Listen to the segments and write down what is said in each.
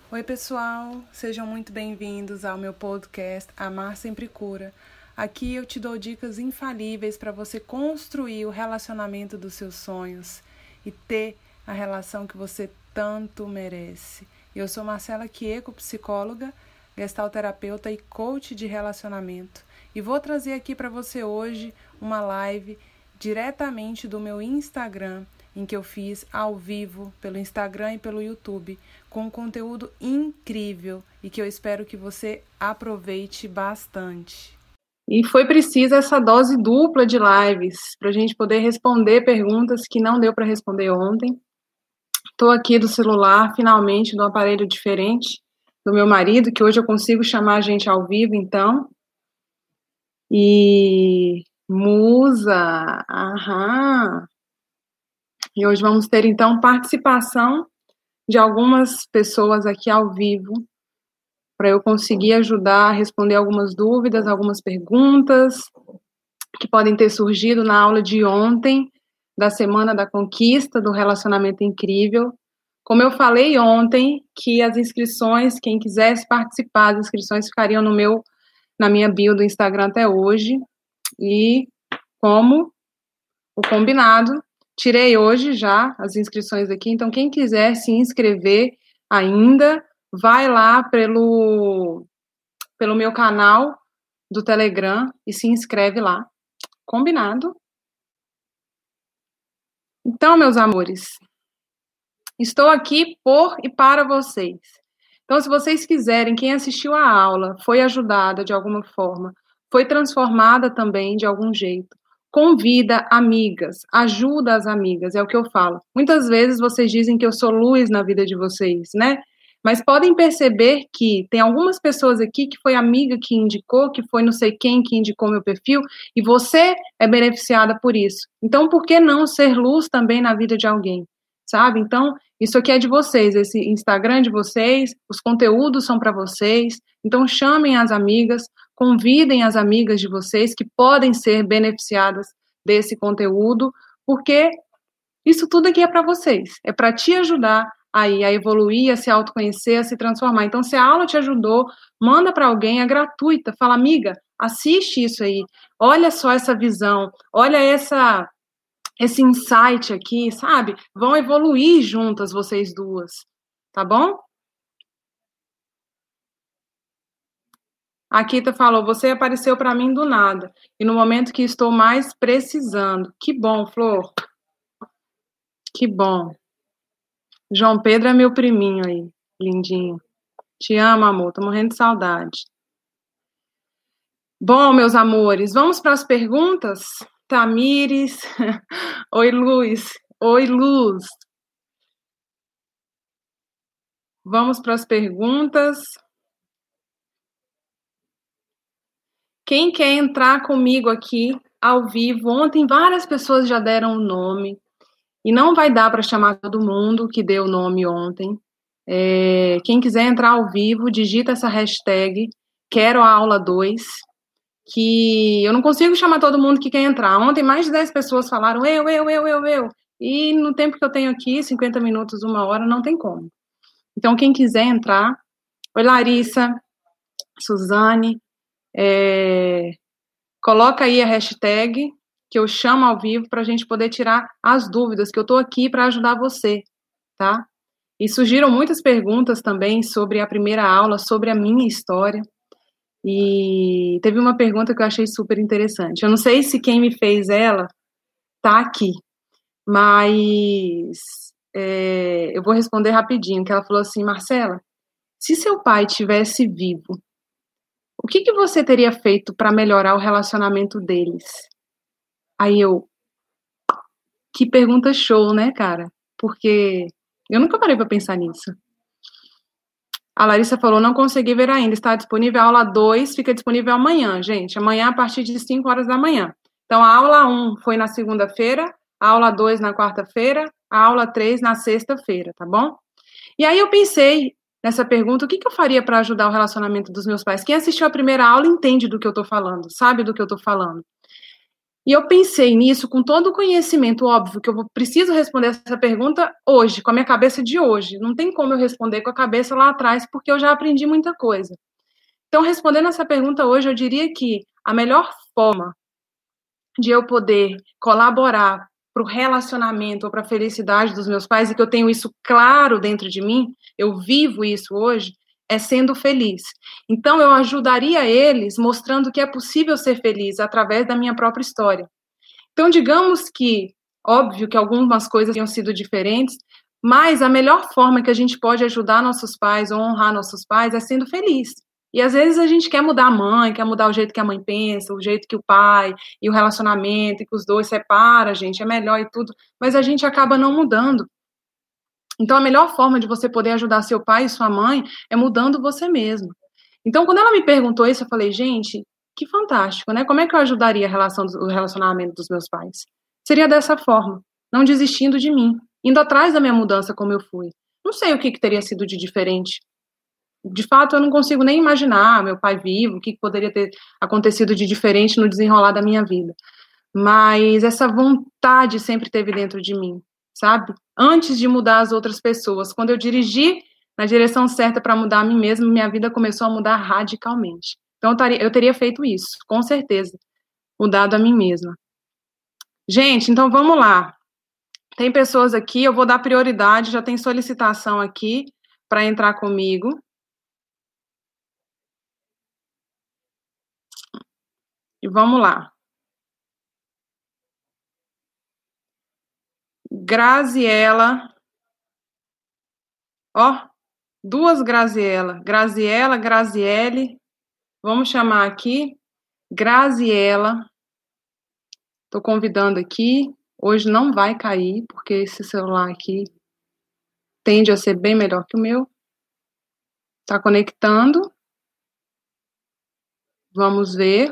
Oi, pessoal, sejam muito bem-vindos ao meu podcast Amar Sempre Cura. Aqui eu te dou dicas infalíveis para você construir o relacionamento dos seus sonhos e ter a relação que você tanto merece. Eu sou Marcela Quieco, psicóloga, gestalterapeuta e coach de relacionamento. E vou trazer aqui para você hoje uma live diretamente do meu Instagram, em que eu fiz ao vivo pelo Instagram e pelo YouTube, com um conteúdo incrível e que eu espero que você aproveite bastante. E foi preciso essa dose dupla de lives para a gente poder responder perguntas que não deu para responder ontem. Estou aqui do celular, finalmente, de um aparelho diferente do meu marido, que hoje eu consigo chamar a gente ao vivo, então. E Musa, aham. E hoje vamos ter, então, participação de algumas pessoas aqui ao vivo, para eu conseguir ajudar a responder algumas dúvidas, algumas perguntas que podem ter surgido na aula de ontem, da Semana da Conquista, do Relacionamento Incrível. Como eu falei ontem, que as inscrições, quem quisesse participar, as inscrições ficariam na minha bio do Instagram até hoje. E como o combinado, tirei hoje já as inscrições aqui, então quem quiser se inscrever ainda, vai lá pelo meu canal do Telegram e se inscreve lá. Combinado? Então, meus amores, estou aqui por e para vocês. Então, se vocês quiserem, quem assistiu a aula, foi ajudada de alguma forma, foi transformada também de algum jeito, convida amigas, ajuda as amigas, é o que eu falo. Muitas vezes vocês dizem que eu sou luz na vida de vocês, né? Mas podem perceber que tem algumas pessoas aqui que foi amiga que indicou, que foi não sei quem que indicou meu perfil, e você é beneficiada por isso. Então, por que não ser luz também na vida de alguém? Sabe? Então, isso aqui é de vocês, esse Instagram é de vocês, os conteúdos são para vocês. Então, chamem as amigas, convidem as amigas de vocês que podem ser beneficiadas desse conteúdo, porque isso tudo aqui é para vocês, é para te ajudar aí a evoluir, a se autoconhecer, a se transformar. Então, se a aula te ajudou, manda para alguém, é gratuita, fala, amiga, assiste isso aí, olha só essa visão, olha esse insight aqui, sabe? Vão evoluir juntas vocês duas, tá bom? A Kita falou, você apareceu para mim do nada, e no momento que estou mais precisando. Que bom, Flor. Que bom. João Pedro é meu priminho aí, lindinho. Te amo, amor, tô morrendo de saudade. Bom, meus amores, vamos para as perguntas? Tamires. Oi, Luz. Oi, Luz. Vamos para as perguntas. Quem quer entrar comigo aqui ao vivo? Ontem várias pessoas já deram o nome. E não vai dar para chamar todo mundo que deu o nome ontem. Quem quiser entrar ao vivo, digita essa hashtag, quero a aula 2, que eu não consigo chamar todo mundo que quer entrar. Ontem mais de 10 pessoas falaram eu. E no tempo que eu tenho aqui, 50 minutos, 1 hora, não tem como. Então, quem quiser entrar, oi Larissa, Suzane, coloca aí a hashtag, que eu chamo ao vivo para a gente poder tirar as dúvidas, que eu estou aqui para ajudar você, tá? E surgiram muitas perguntas também sobre a primeira aula, sobre a minha história. E teve uma pergunta que eu achei super interessante. Eu não sei se quem me fez ela tá aqui, mas eu vou responder rapidinho, que ela falou assim, Marcela, se seu pai tivesse vivo, o que você teria feito para melhorar o relacionamento deles? Aí que pergunta show, né, cara? Porque eu nunca parei para pensar nisso. A Larissa falou, não consegui ver ainda, está disponível a aula 2, fica disponível amanhã, gente. Amanhã, a partir de 5 horas da manhã. Então, a aula 1 foi na segunda-feira, a aula 2 na quarta-feira, a aula 3 na sexta-feira, tá bom? E aí eu pensei nessa pergunta, o que eu faria para ajudar o relacionamento dos meus pais? Quem assistiu a primeira aula entende do que eu tô falando, sabe do que eu tô falando. E eu pensei nisso com todo o conhecimento, óbvio, que eu preciso responder essa pergunta hoje, com a minha cabeça de hoje. Não tem como eu responder com a cabeça lá atrás, porque eu já aprendi muita coisa. Então, respondendo essa pergunta hoje, eu diria que a melhor forma de eu poder colaborar para o relacionamento ou para a felicidade dos meus pais, e que eu tenho isso claro dentro de mim, eu vivo isso hoje, é sendo feliz. Então, eu ajudaria eles mostrando que é possível ser feliz através da minha própria história. Então, digamos que, óbvio que algumas coisas tenham sido diferentes, mas a melhor forma que a gente pode ajudar nossos pais ou honrar nossos pais é sendo feliz. E às vezes a gente quer mudar a mãe, quer mudar o jeito que a mãe pensa, o jeito que o pai, e o relacionamento, e que os dois separam, gente, é melhor e tudo, mas a gente acaba não mudando. Então, a melhor forma de você poder ajudar seu pai e sua mãe é mudando você mesmo. Então, quando ela me perguntou isso, eu falei, gente, que fantástico, né? Como é que eu ajudaria o relacionamento dos meus pais? Seria dessa forma, não desistindo de mim, indo atrás da minha mudança como eu fui. Não sei o que teria sido de diferente. De fato, eu não consigo nem imaginar meu pai vivo, o que poderia ter acontecido de diferente no desenrolar da minha vida. Mas essa vontade sempre teve dentro de mim, sabe? Antes de mudar as outras pessoas. Quando eu dirigi na direção certa para mudar a mim mesma, minha vida começou a mudar radicalmente. Então, eu teria feito isso, com certeza. Mudado a mim mesma. Gente, então vamos lá. Tem pessoas aqui, eu vou dar prioridade, já tem solicitação aqui para entrar comigo. E vamos lá. Graziela. Ó, duas Graziela. Graziela, Graziele. Vamos chamar aqui. Graziela. Tô convidando aqui. Hoje não vai cair, porque esse celular aqui tende a ser bem melhor que o meu. Tá conectando. Vamos ver.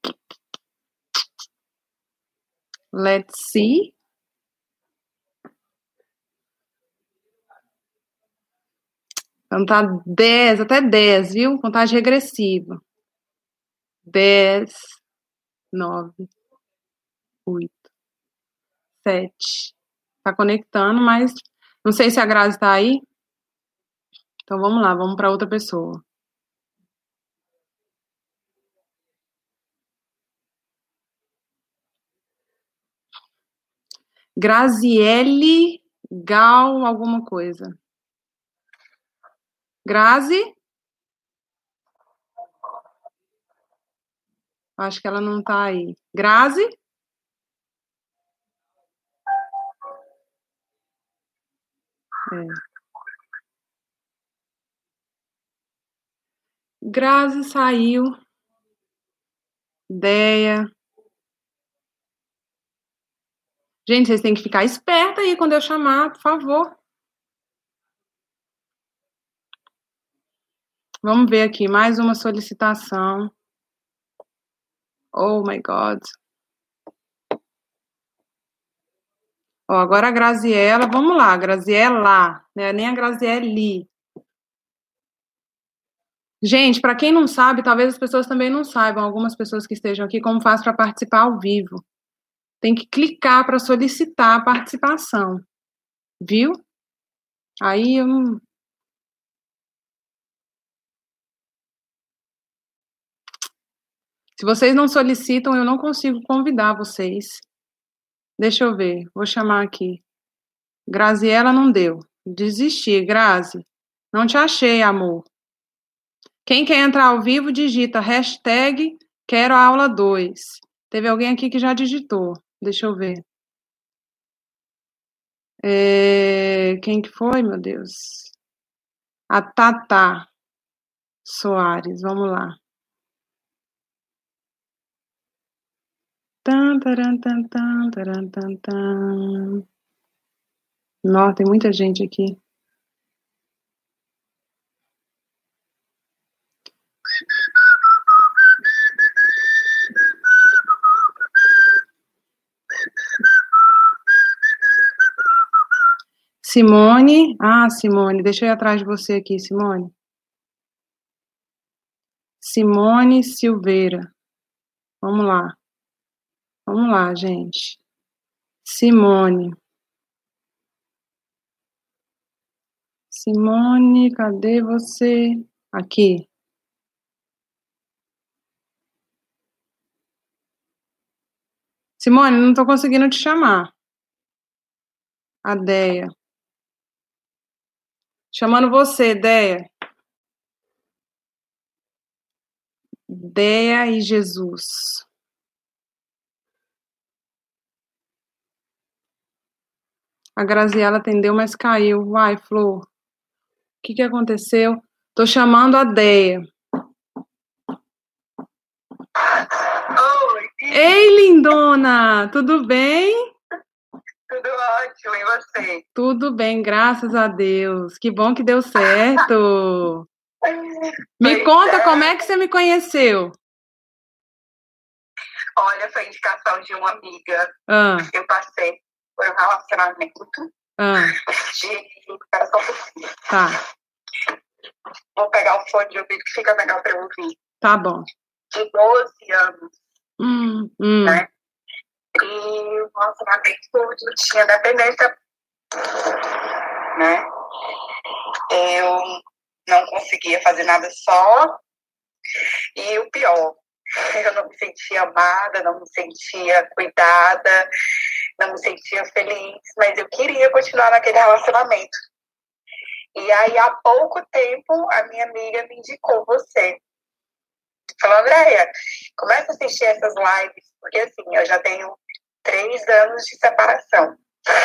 Let's see. Então tá 10, até 10, viu? Contagem regressiva. 10, 9, 8, 7. Tá conectando, mas não sei se a Grazi tá aí. Então vamos lá, vamos para outra pessoa. Graziele Gal alguma coisa. Grazi? Acho que ela não tá aí. Grazi? É. Grazi saiu. Deia. Gente, vocês têm que ficar esperta aí quando eu chamar, por favor. Vamos ver aqui, mais uma solicitação. Oh, my God. Ó, agora a Graziela, vamos lá, Graziela, né? Nem a Graziele. Gente, para quem não sabe, talvez as pessoas também não saibam, algumas pessoas que estejam aqui, como faz para participar ao vivo. Tem que clicar para solicitar a participação, viu? Aí eu não... Se vocês não solicitam, eu não consigo convidar vocês. Deixa eu ver, vou chamar aqui. Graziela não deu. Desisti, Grazi. Não te achei, amor. Quem quer entrar ao vivo, digita hashtag quero a aula 2. Teve alguém aqui que já digitou. Deixa eu ver. Quem que foi, meu Deus? A Tata Soares, vamos lá. Tan, taran, tan, tan, taran, tan, tan. Nossa, tem muita gente aqui. Simone. Ah, Simone, deixa eu ir atrás de você aqui, Simone. Simone Silveira. Vamos lá. Vamos lá, gente. Simone. Simone, cadê você? Aqui. Simone, não estou conseguindo te chamar. A Deia. Chamando você, Deia. Deia e Jesus. A Graziela atendeu, mas caiu. Uai, Flor. O que aconteceu? Tô chamando a Deia. Oi. Ei, lindona! Tudo bem? Tudo ótimo, e você? Tudo bem, graças a Deus. Que bom que deu certo. Me conta como é que você me conheceu. Olha, foi indicação de uma amiga. Eu passei por um relacionamento de recuperação possível. Tá. Vou pegar o fone de ouvido que fica melhor para eu ouvir. Tá bom. De 12 anos, né? E o relacionamento tinha dependência, né? Eu não conseguia fazer nada só. E o pior, eu não me sentia amada, não me sentia cuidada, não me sentia feliz, mas eu queria continuar naquele relacionamento. E aí, há pouco tempo, a minha amiga me indicou você. Falou, Andréia, começa a assistir essas lives, porque assim, eu já tenho 3 anos de separação.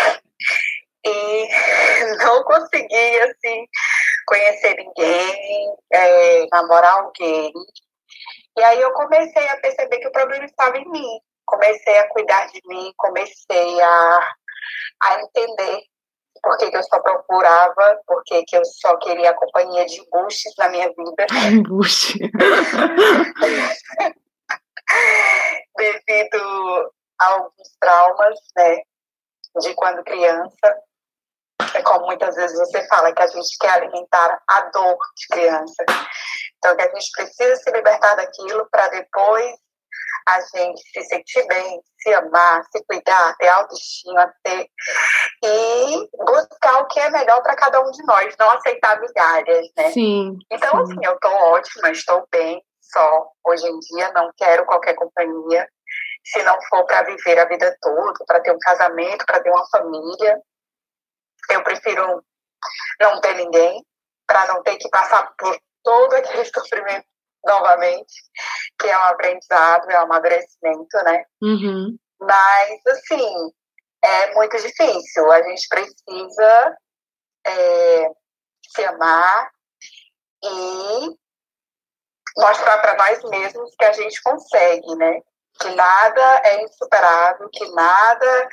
E não consegui, assim, conhecer ninguém, namorar alguém. E aí eu comecei a perceber que o problema estava em mim. Comecei a cuidar de mim, comecei a entender por que eu só procurava, por que eu só queria a companhia de embustes na minha vida. Embuste. Devido a alguns traumas, né, de quando criança. É como muitas vezes você fala, que a gente quer alimentar a dor de criança. Então, que a gente precisa se libertar daquilo para depois a gente se sentir bem, se amar, se cuidar, ter autoestima, e buscar o que é melhor para cada um de nós, não aceitar migalhas, né? Sim. Então, sim. Assim, eu estou ótima, estou bem, só hoje em dia não quero qualquer companhia, se não for para viver a vida toda, para ter um casamento, para ter uma família. Eu prefiro não ter ninguém, para não ter que passar por todo aquele sofrimento novamente, que é um aprendizado, é um amadurecimento, né? Mas, assim, é muito difícil. A gente precisa se amar e mostrar para nós mesmos que a gente consegue, né? Que nada é insuperável, que nada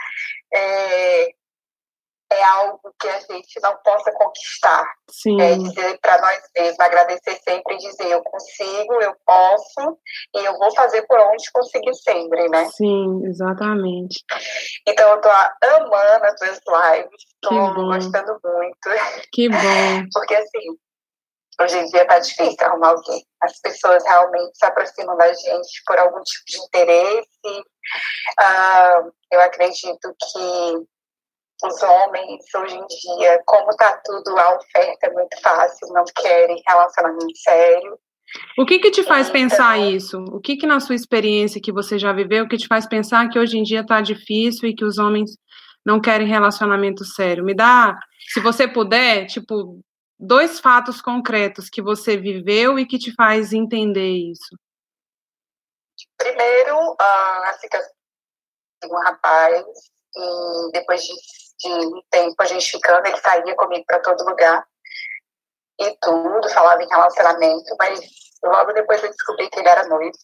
é algo que a gente não possa conquistar. Sim. Dizer para nós mesmos, agradecer sempre e dizer, eu consigo, eu posso, e eu vou fazer por onde conseguir sempre, né? Sim, exatamente. Então, eu tô amando as tuas lives, tô gostando muito. Que bom. Porque, assim, hoje em dia tá difícil arrumar alguém. As pessoas realmente se aproximam da gente por algum tipo de interesse. Eu acredito que os homens, hoje em dia, como tá tudo, a oferta é muito fácil, não querem relacionamento sério. O que te faz pensar isso? O que na sua experiência que você já viveu, que te faz pensar que hoje em dia tá difícil e que os homens não querem relacionamento sério? Me dá, se você puder, tipo, 2 fatos concretos que você viveu e que te faz entender isso. Primeiro, assim, que eu um rapaz, e depois de um tempo a gente ficando, ele saía comigo para todo lugar e tudo, falava em relacionamento, mas logo depois eu descobri que ele era noivo.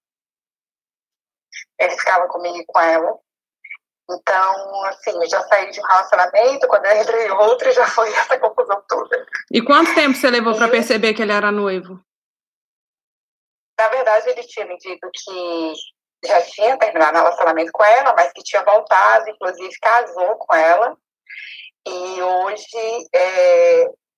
Ele ficava comigo e com ela. Então, assim, eu já saí de um relacionamento, quando eu entrei em outro, já foi essa confusão toda. E quanto tempo você levou para perceber que ele era noivo? Na verdade, ele tinha me dito que já tinha terminado o relacionamento com ela, mas que tinha voltado, inclusive casou com ela. E hoje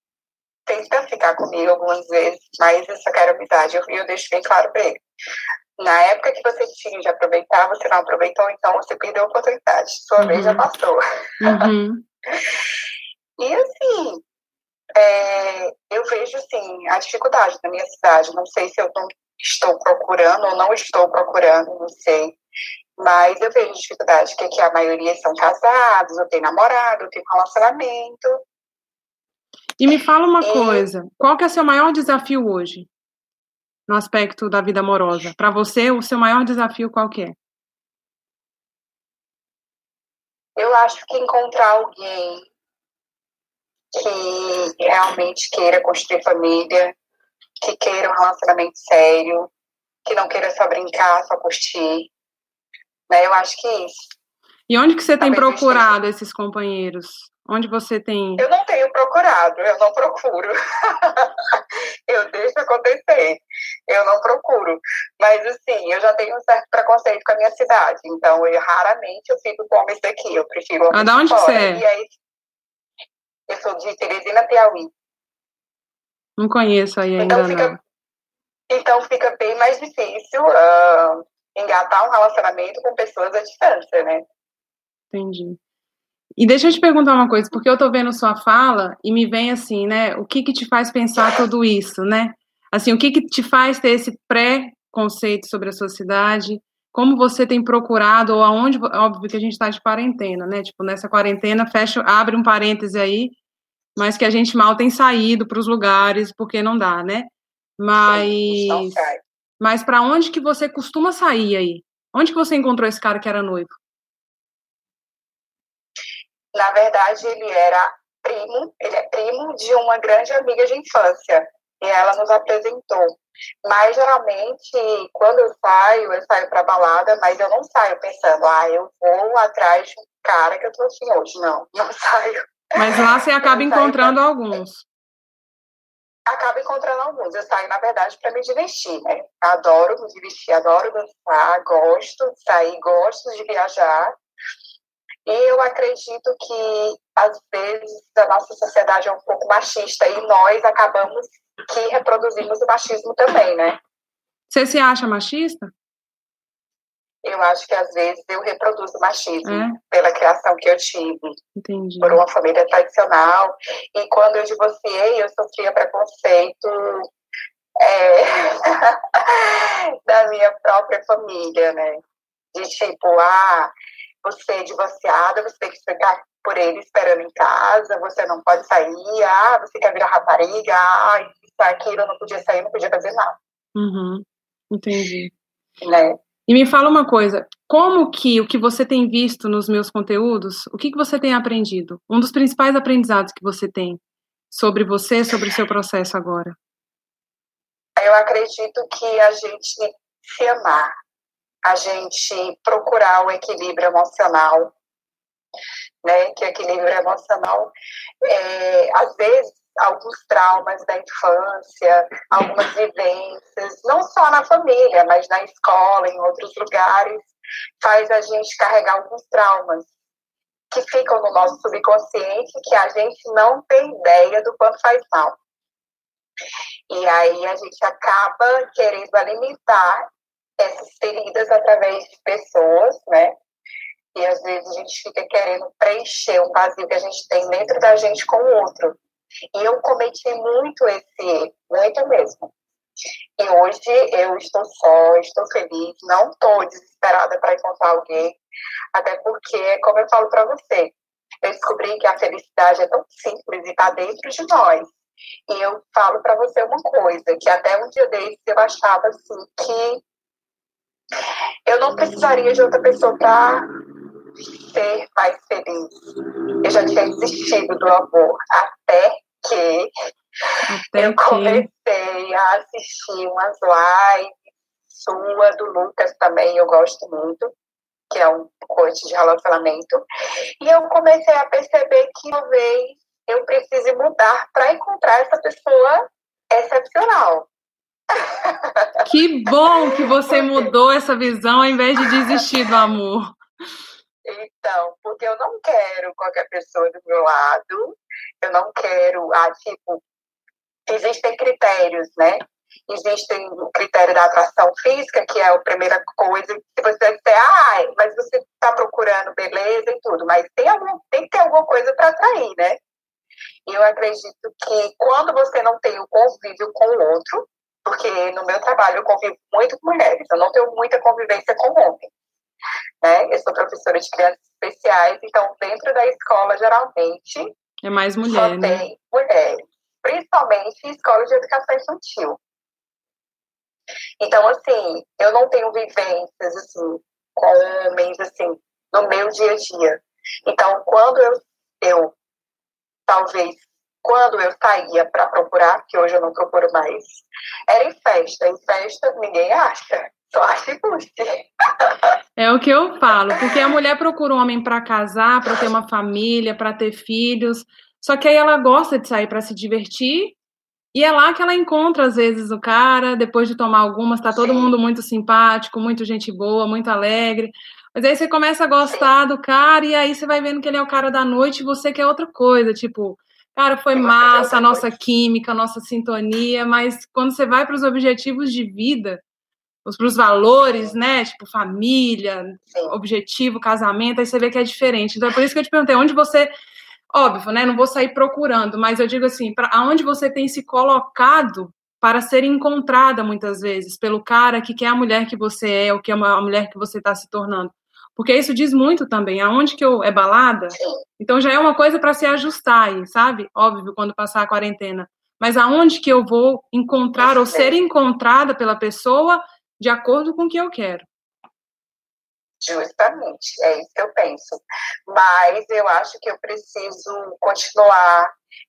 tenta ficar comigo algumas vezes, mas eu só quero amizade. Eu deixo bem claro para ele. Na época que você tinha de aproveitar, você não aproveitou, então você perdeu a oportunidade. Sua vez já passou. Uhum. E assim, eu vejo assim, a dificuldade na minha cidade. Não sei se eu não estou procurando ou não estou procurando, não sei. Mas eu vejo dificuldade, que a maioria são casados, ou tem namorado, ou tem relacionamento. E me fala uma coisa, qual que é o seu maior desafio hoje, no aspecto da vida amorosa? Para você, o seu maior desafio qual que é? Eu acho que encontrar alguém que realmente queira construir família, que queira um relacionamento sério, que não queira só brincar, só curtir, né? Eu acho que é isso. E onde que você tem Talvez procurado esses companheiros? Onde você tem... Eu não tenho procurado, eu não procuro. Eu deixo acontecer, eu não procuro. Mas, assim, eu já tenho um certo preconceito com a minha cidade, então raramente eu fico com homens daqui, eu prefiro homens da onde de que você fora. é? E aí, eu sou de Teresina, Piauí. Não conheço aí ainda não. Então fica bem mais difícil engatar um relacionamento com pessoas à distância, né? Entendi. E deixa eu te perguntar uma coisa, porque eu tô vendo sua fala e me vem assim, né? O que que te faz pensar tudo isso, né? Assim, o que que te faz ter esse pré-conceito sobre a sua cidade? Como você tem procurado, ou aonde, óbvio que a gente tá de quarentena, né? Tipo, nessa quarentena, abre um parêntese aí, mas que a gente mal tem saído para os lugares, porque não dá, né? Mas para onde que você costuma sair aí? Onde que você encontrou esse cara que era noivo? Na verdade, ele é primo de uma grande amiga de infância. E ela nos apresentou. Mas, geralmente, quando eu saio para balada, mas eu não saio pensando, eu vou atrás de um cara que eu tô assim hoje. Não, não saio. Mas lá você acaba encontrando alguns. Acabo encontrando alguns. Eu saio, na verdade, para me divertir, né? Adoro me divertir, adoro dançar, gosto de sair, gosto de viajar. E eu acredito que, às vezes, a nossa sociedade é um pouco machista e nós acabamos que reproduzimos o machismo também, né? Você se acha machista? Eu acho que, às vezes, eu reproduzo o machismo pela criação que eu tive. Entendi. Por uma família tradicional. E quando eu divorciei, eu sofria preconceito da minha própria família, né? De tipo, você é divorciada, você tem que ficar por ele esperando em casa, você não pode sair, você quer virar rapariga, isso, aquilo, eu não podia sair, não podia fazer nada. Uhum. Entendi. Né? E me fala uma coisa, como que o que você tem visto nos meus conteúdos, o que você tem aprendido? Um dos principais aprendizados que você tem sobre você, sobre o seu processo agora? Eu acredito que a gente se amar, a gente procurar o equilíbrio emocional, né? Que o equilíbrio emocional, às vezes, alguns traumas da infância, algumas vivências, não só na família, mas na escola, em outros lugares, faz a gente carregar alguns traumas que ficam no nosso subconsciente, que a gente não tem ideia do quanto faz mal. E aí a gente acaba querendo alimentar essas feridas através de pessoas, né? E às vezes a gente fica querendo preencher um vazio que a gente tem dentro da gente com o outro. E eu cometi muito esse erro, muito mesmo. E hoje eu estou só, estou feliz, não estou desesperada para encontrar alguém, até porque, como eu falo para você, eu descobri que a felicidade é tão simples e está dentro de nós. E eu falo para você uma coisa, que até um dia desses eu achava assim que eu não precisaria de outra pessoa para ser mais feliz. Eu já tinha desistido do amor, até que eu comecei a assistir umas lives sua, do Lucas também, eu gosto muito, que é um coach de relacionamento, e eu comecei a perceber que talvez eu precise mudar para encontrar essa pessoa excepcional. Que bom que você mudou essa visão ao invés de desistir do amor. Então, porque eu não quero qualquer pessoa do meu lado, eu não quero, existem critérios, né? Existe o critério da atração física, que é a primeira coisa, que você vai dizer, mas você está procurando beleza e tudo, mas tem que ter alguma coisa para atrair, né? E eu acredito que quando você não tem o convívio com o outro, porque no meu trabalho eu convivo muito com mulheres, eu não tenho muita convivência com homens, né? Eu sou professora de crianças especiais, então dentro da escola, geralmente, é mais mulher, só né? tem mulheres, principalmente em escola de educação infantil. Então, assim, eu não tenho vivências, assim, com homens, assim, no meu dia a dia. Então, talvez, quando eu saía para procurar, que hoje eu não procuro mais, era em festa. Em festa, ninguém acha. Só acha e busca. É o que eu falo, porque a mulher procura um homem para casar, para ter uma família, para ter filhos, só que aí ela gosta de sair para se divertir, e é lá que ela encontra, às vezes, o cara, depois de tomar algumas, tá todo mundo muito simpático, muito gente boa, muito alegre, mas aí você começa a gostar do cara, e aí você vai vendo que ele é o cara da noite, e você quer outra coisa, tipo, cara, foi massa a nossa química, a nossa sintonia, mas quando você vai para os objetivos de vida, para os valores, né? Tipo, família, objetivo, casamento, aí você vê que é diferente. Então, é por isso que eu te perguntei, onde você... Óbvio, né? Não vou sair procurando, mas eu digo assim, aonde você tem se colocado para ser encontrada, muitas vezes, pelo cara que quer a mulher que você é, ou que é a mulher que você está se tornando. Porque isso diz muito também, aonde que é balada, então já é uma coisa para se ajustar aí, sabe? Óbvio, quando passar a quarentena. Mas aonde que eu vou encontrar ou ser encontrada pela pessoa de acordo com o que eu quero. Justamente, é isso que eu penso. Mas eu acho que eu preciso continuar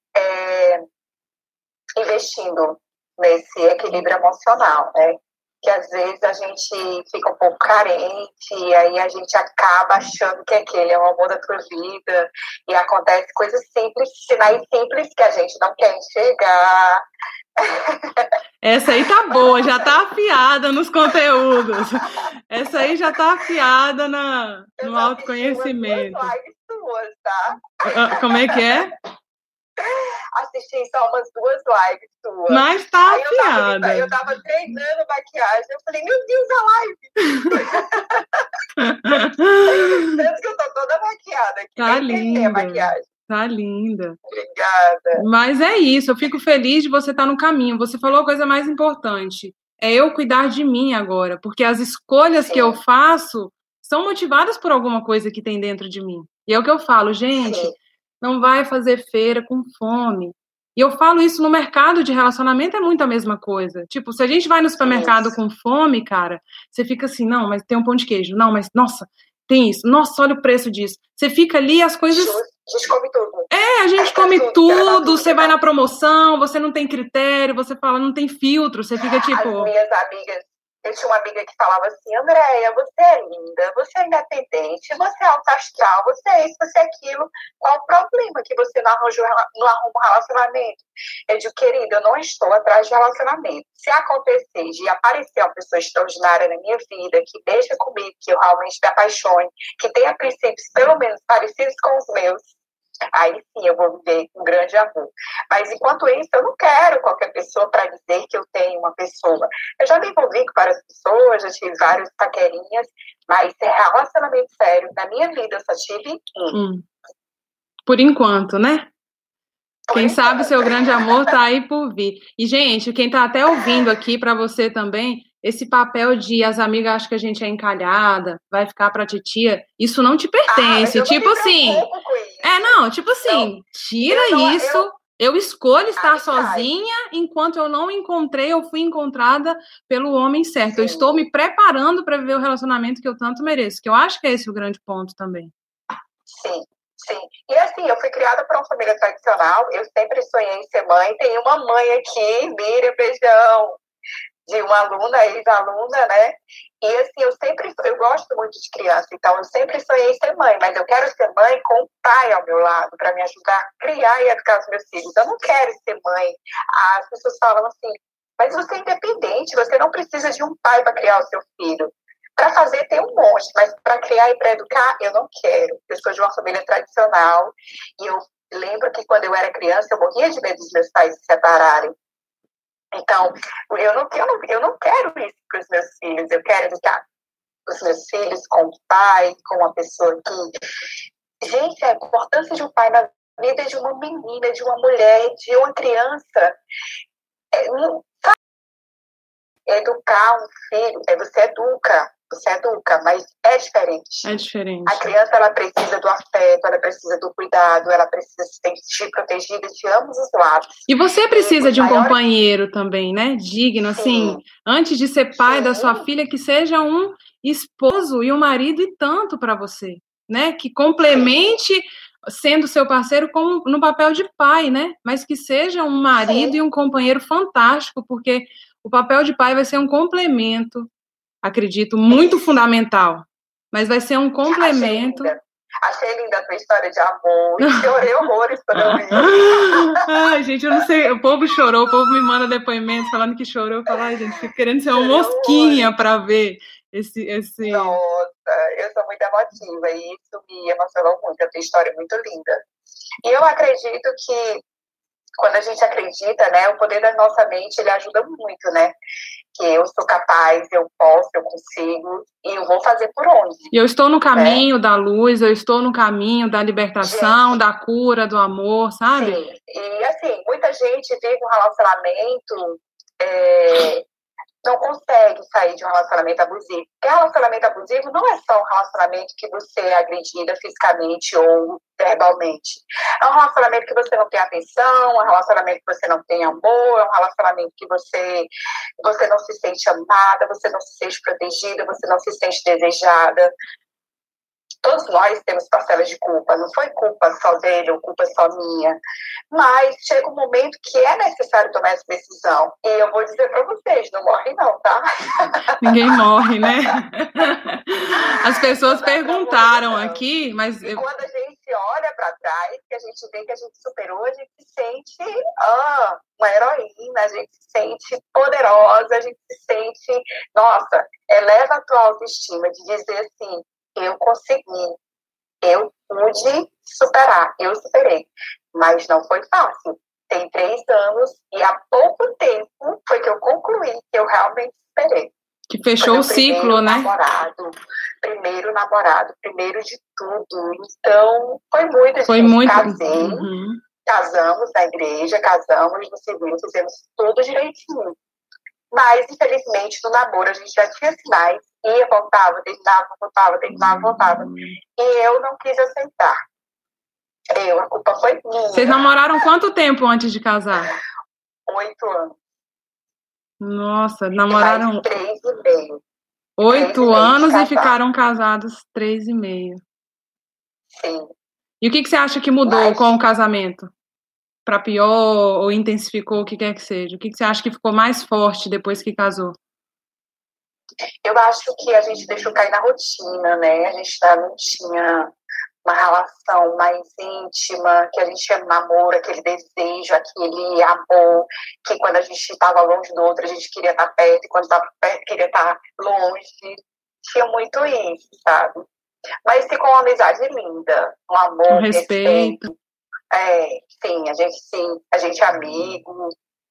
investindo nesse equilíbrio emocional, né? Que às vezes a gente fica um pouco carente, e aí a gente acaba achando que aquele é o amor da tua vida, e acontece coisas simples, sinais simples que a gente não quer enxergar. Essa aí tá boa, já tá afiada nos conteúdos. Essa aí já tá afiada no autoconhecimento. Umas 2 lives tuas, tá? Como é que é? Assisti só umas 2 lives tuas. Mas tá afiada. Eu tava treinando maquiagem, eu falei, meu Deus, a live! Tanto que eu tô toda maquiada aqui. Tá linda. A maquiagem. Tá linda. Obrigada. Mas é isso, eu fico feliz de você estar no caminho. Você falou a coisa mais importante. É eu cuidar de mim agora, porque as escolhas que eu faço são motivadas por alguma coisa que tem dentro de mim. E é o que eu falo, gente, não vai fazer feira com fome. E eu falo isso no mercado de relacionamento, é muito a mesma coisa. Tipo, se a gente vai no supermercado com fome, cara, você fica assim, não, mas tem um pão de queijo. Não, mas, nossa, tem isso. Nossa, olha o preço disso. Você fica ali, as coisas... A gente come tudo. A gente come tudo, você vai na promoção, você não tem critério, você fala, não tem filtro, você fica tipo... As minhas amigas, eu tinha uma amiga que falava assim, Andréia, você é linda, você é independente, você é alta astral, você é isso, você é aquilo. Qual o problema que você não arruma um relacionamento? Eu digo, querida, eu não estou atrás de relacionamento. Se acontecer de aparecer uma pessoa extraordinária na minha vida, que deixa comigo, que eu realmente me apaixone, que tenha princípios pelo menos parecidos com os meus, aí sim eu vou viver um grande amor. Mas enquanto isso, eu não quero qualquer pessoa para dizer que eu tenho uma pessoa. Eu já me envolvi com várias pessoas, já tive vários paquerinhas, mas relacionamento sério, na minha vida eu só tive um. Por enquanto, né? Quem sabe o seu grande amor tá aí por vir. E, gente, quem tá até ouvindo aqui para você também, esse papel de as amigas acham que a gente é encalhada, vai ficar pra titia, isso não te pertence. Tipo assim. Tipo assim, tira isso. Eu escolho estar sozinha enquanto eu não encontrei ou fui encontrada pelo homem certo. Eu estou me preparando para viver o relacionamento que eu tanto mereço, que eu acho que é esse o grande ponto também. Sim. E assim, eu fui criada por uma família tradicional, eu sempre sonhei em ser mãe. Tem uma mãe aqui, Miriam, beijão, de uma aluna, ex-aluna, né? E assim, eu gosto muito de criança, então eu sempre sonhei em ser mãe, mas eu quero ser mãe com o pai ao meu lado, para me ajudar a criar e educar os meus filhos. Eu não quero ser mãe. As pessoas falam assim, mas você é independente, você não precisa de um pai para criar o seu filho. Para fazer tem um monte, mas para criar e para educar, eu não quero. Eu sou de uma família tradicional e eu lembro que quando eu era criança, eu morria de medo dos meus pais se separarem. Então, eu não quero isso para os meus filhos. Eu quero educar os meus filhos com o pai, com uma pessoa que... Gente, a importância de um pai na vida de uma menina, de uma mulher, de uma criança. Educar um filho, você educa, mas é diferente. É diferente. A criança, ela precisa do afeto, ela precisa do cuidado, ela precisa se sentir protegida de ambos os lados. E você precisa de um companheiro também, né? Digno, assim, antes de ser pai da sua filha, que seja um esposo e um marido e tanto para você, né? Que complemente, sendo seu parceiro, como no papel de pai, né? Mas que seja um marido e um companheiro fantástico, porque o papel de pai vai ser um complemento, acredito, muito fundamental. Mas vai ser um complemento. Achei linda a tua história de amor. E chorei horrores quando eu vi. Ai, gente, eu não sei. O povo chorou, o povo me manda depoimentos falando que chorou. Eu falo, ai, gente, fico querendo ser uma mosquinha para ver esse. Nossa, eu sou muito emotiva e isso me emocionou muito. A tua história é muito linda. E eu acredito que quando a gente acredita, né, o poder da nossa mente, ele ajuda muito, né? Que eu sou capaz, eu posso, eu consigo, e eu vou fazer por onde. E eu estou no caminho da luz, eu estou no caminho da libertação, da cura, do amor, sabe? Sim, e assim, muita gente vive um relacionamento, não consegue sair de um relacionamento abusivo. Porque relacionamento abusivo não é só um relacionamento que você é agredida fisicamente ou verbalmente. É um relacionamento que você não tem atenção, é um relacionamento que você não tem amor, é um relacionamento que você não se sente amada, você não se sente protegida, você não se sente desejada. Todos nós temos parcelas de culpa, não foi culpa só dele ou culpa só minha, mas chega um momento que é necessário tomar essa decisão. E eu vou dizer para vocês, não morre não, tá? Ninguém morre, né? As pessoas perguntaram aqui, mas... E quando a gente olha para trás, que a gente vê que a gente superou, a gente se sente uma heroína, a gente se sente poderosa, a gente se sente... Nossa, eleva a tua autoestima de dizer assim, eu consegui, eu pude superar, eu superei, mas não foi fácil. Tem 3 anos e há pouco tempo foi que eu concluí que eu realmente superei. Que fechou o ciclo, né? Primeiro namorado, primeiro de tudo. Então, foi muito. Foi muito. Casei, casamos na igreja, casamos no civil, fizemos tudo direitinho. Mas, infelizmente, no namoro a gente já tinha sinais, ia, voltava, voltava. E eu não quis aceitar. A culpa foi minha. Vocês namoraram quanto tempo antes de casar? 8 anos. Nossa, namoraram... 3,5. 8 anos e ficaram casados 3,5. Sim. E o que você acha que mudou com o casamento? Para pior ou intensificou, o que quer que seja? O que você acha que ficou mais forte depois que casou? Eu acho que a gente deixou cair na rotina, né? A gente não tinha uma relação mais íntima, que a gente chama namoro, aquele desejo, aquele amor, que quando a gente estava longe do outro, a gente queria estar perto, e quando estava perto, queria estar longe. Tinha muito isso, sabe? Mas ficou uma amizade linda, um amor, um respeito. Sim, a gente é amigo,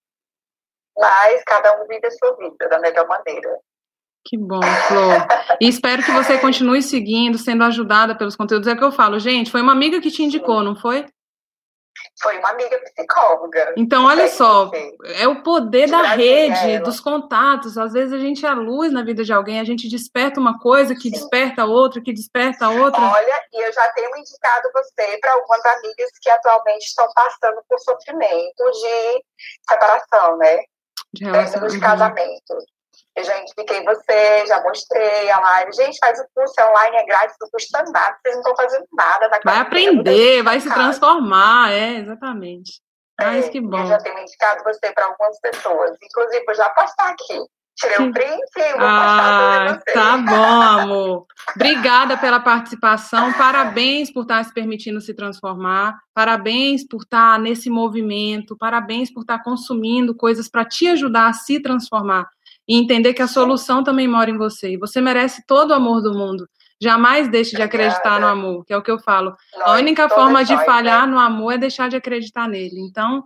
mas cada um vive a sua vida da melhor maneira. Que bom, Flor. E espero que você continue seguindo, sendo ajudada pelos conteúdos. É o que eu falo, gente, foi uma amiga que te indicou, não foi? Foi uma amiga psicóloga. Então, olha só, é o poder da rede, dos contatos. Às vezes a gente é a luz na vida de alguém, a gente desperta uma coisa que desperta outra, que desperta outra. Olha, e eu já tenho indicado você para algumas amigas que atualmente estão passando por sofrimento de separação, né? De casamento. Eu já indiquei você, já mostrei a live. Gente, faz o curso online, é grátis, não custa nada, vocês não estão fazendo nada. Vai aprender, vai se transformar, exatamente. Mas que bom. Eu já tenho indicado você para algumas pessoas. Inclusive, eu já postar aqui. Tirei um print e vou postar para você. Tá bom, amor. Obrigada pela participação. Parabéns por estar se permitindo se transformar. Parabéns por estar nesse movimento. Parabéns por estar consumindo coisas para te ajudar a se transformar. E entender que a solução também mora em você. E você merece todo o amor do mundo. Jamais deixe de acreditar no amor, que é o que eu falo. A única forma de falhar no amor é deixar de acreditar nele. Então,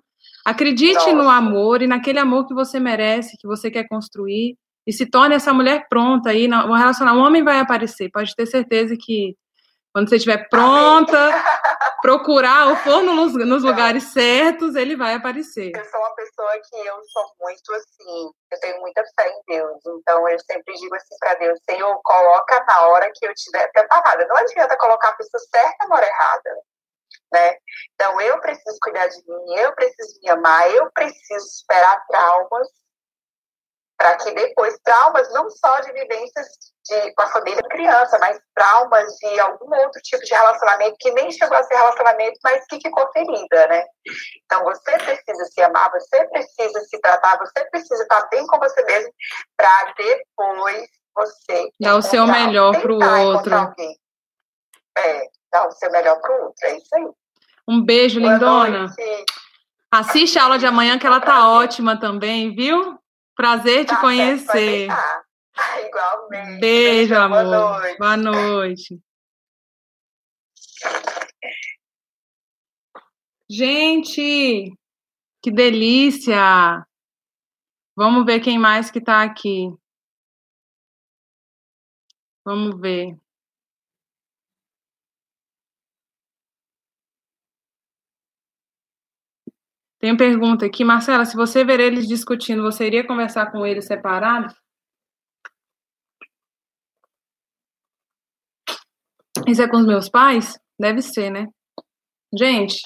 Acredite no amor e naquele amor que você merece, que você quer construir, e se torne essa mulher pronta aí no relacionamento. Um homem vai aparecer, pode ter certeza que quando você estiver pronta, procurar o forno nos lugares certos, ele vai aparecer. Eu sou uma pessoa que eu sou muito assim, eu tenho muita fé em Deus, então eu sempre digo assim para Deus, Senhor, coloca na hora que eu estiver preparada. Não adianta colocar a pessoa certa na hora errada, né? Então eu preciso cuidar de mim, eu preciso me amar, eu preciso superar traumas, para que depois, traumas não só de vivências com a família da criança, mas traumas de algum outro tipo de relacionamento que nem chegou a ser relacionamento, mas que ficou ferida, né? Então, você precisa se amar, você precisa se tratar, você precisa estar bem com você mesmo, para depois você dar o seu melhor para o outro. Dar o seu melhor para o outro, é isso aí. Um beijo, lindona. Assiste a aula de amanhã, que ela tá ótima também, viu? Prazer te conhecer. Igualmente. Beijo, amor. Boa noite. Gente, que delícia. Vamos ver quem mais que tá aqui. Vamos ver. Tem uma pergunta aqui. Marcela, se você ver eles discutindo, você iria conversar com eles separados? Isso é com os meus pais? Deve ser, né? Gente,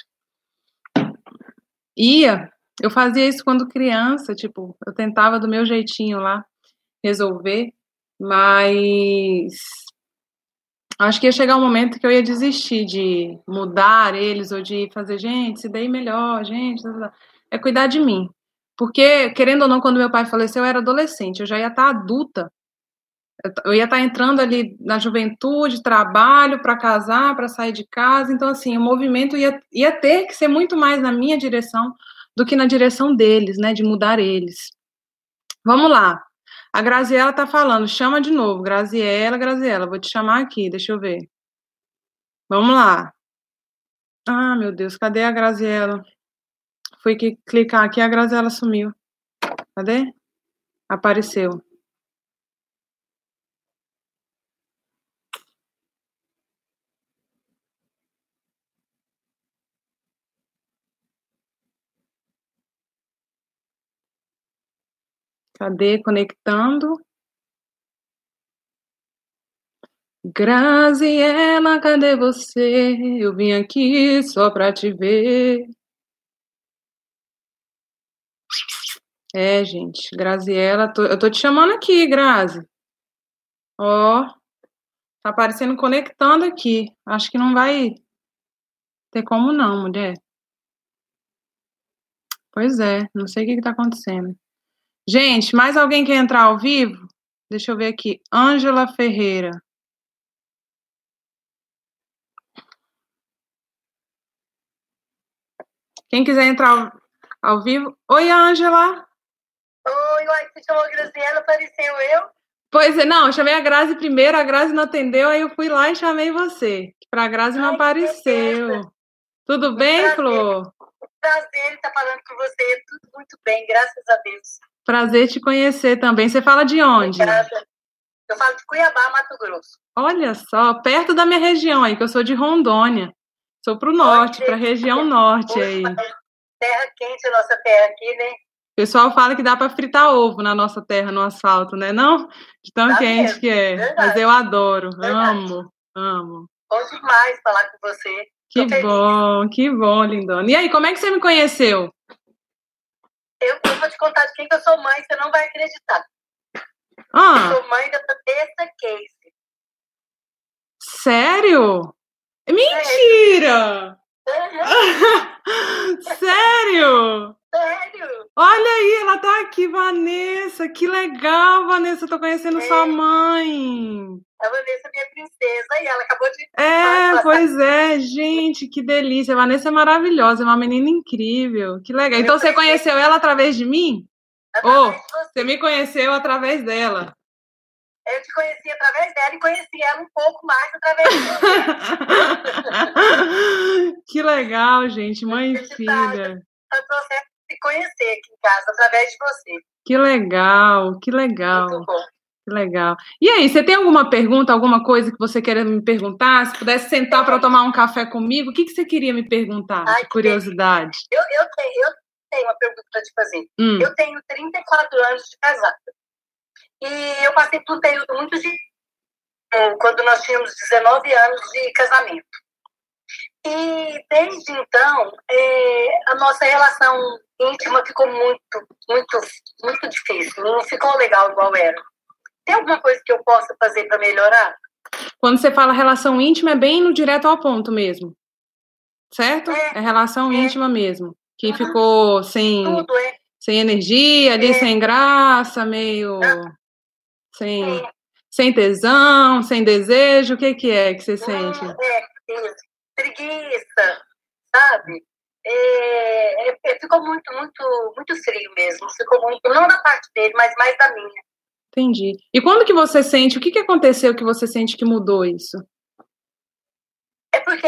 eu fazia isso quando criança, tipo, eu tentava do meu jeitinho lá resolver, mas acho que ia chegar um momento que eu ia desistir de mudar eles ou de fazer, gente, se daí melhor, gente, é cuidar de mim. Porque, querendo ou não, quando meu pai faleceu, eu era adolescente, eu já ia estar adulta. Eu ia estar entrando ali na juventude, trabalho para casar, para sair de casa. Então, assim, o movimento ia ter que ser muito mais na minha direção do que na direção deles, né? De mudar eles. Vamos lá. A Graziela tá falando. Chama de novo. Graziela, vou te chamar aqui. Deixa eu ver. Vamos lá. Ah, meu Deus, cadê a Graziela? Fui clicar aqui, a Graziela sumiu. Cadê? Apareceu. Cadê? Conectando. Graziela, cadê você? Eu vim aqui só pra te ver. Gente, Graziela, eu tô te chamando aqui, Grazi. Ó, tá aparecendo conectando aqui. Acho que não vai ter como não, mulher. Pois é, não sei o que tá acontecendo. Gente, mais alguém quer entrar ao vivo? Deixa eu ver aqui. Ângela Ferreira. Quem quiser entrar ao vivo. Oi, Ângela. Oi, você chamou a Graziela, apareceu eu? Pois é, não, eu chamei a Grazi primeiro, a Grazi não atendeu, aí eu fui lá e chamei você. Pra Grazi não apareceu. Tudo bem, Flor? Prazer estar falando com você, tudo muito bem, graças a Deus. Prazer te conhecer também. Você fala de onde? Obrigada. Eu falo de Cuiabá, Mato Grosso. Olha só, perto da minha região aí, que eu sou de Rondônia. Sou pro norte, pra região norte aí. Terra quente, a nossa terra aqui, né? O pessoal fala que dá para fritar ovo na nossa terra, no asfalto, né? Não? De tão quente mesmo, que é. Verdade. Mas eu adoro, amo. Bom demais falar com você. Que bom, lindona. E aí, como é que você me conheceu? Eu vou te contar de quem que eu sou mãe, você não vai acreditar. Eu sou mãe da Tessa Casey. Sério? Mentira! Sério? Sério? Olha aí, ela tá aqui, Vanessa. Que legal, Vanessa. Eu tô conhecendo sua mãe. A Vanessa é minha princesa e ela acabou de... Pois é. Gente, que delícia. A Vanessa é maravilhosa, é uma menina incrível. Que legal. Então você conheceu ela através de mim? Ou você me conheceu através dela? Eu te conheci através dela e conheci ela um pouco mais através de você. Que legal, gente. Mãe e filha. Tá processo se conhecer aqui em casa, através de você. Que legal, que legal. Muito bom. Que legal. E aí, você tem alguma pergunta, alguma coisa que você queira me perguntar? Se pudesse sentar para tomar um café comigo, o que você queria me perguntar? Ai, de curiosidade. Eu tenho uma pergunta para te fazer. Eu tenho 34 anos de casada. E eu passei por um período muito difícil, quando nós tínhamos 19 anos de casamento. E desde então, a nossa relação íntima ficou muito difícil. Não ficou legal igual era. Tem alguma coisa que eu possa fazer para melhorar? Quando você fala relação íntima, é bem no direto ao ponto mesmo. Certo? É relação íntima mesmo. Que ficou sem energia, ali, sem graça, meio sem tesão, sem desejo. O que é que você sente? Preguiça, sabe? Ficou muito frio mesmo. Ficou muito, não da parte dele, mas mais da minha. Entendi. E quando que você sente, o que aconteceu que você sente que mudou isso? É porque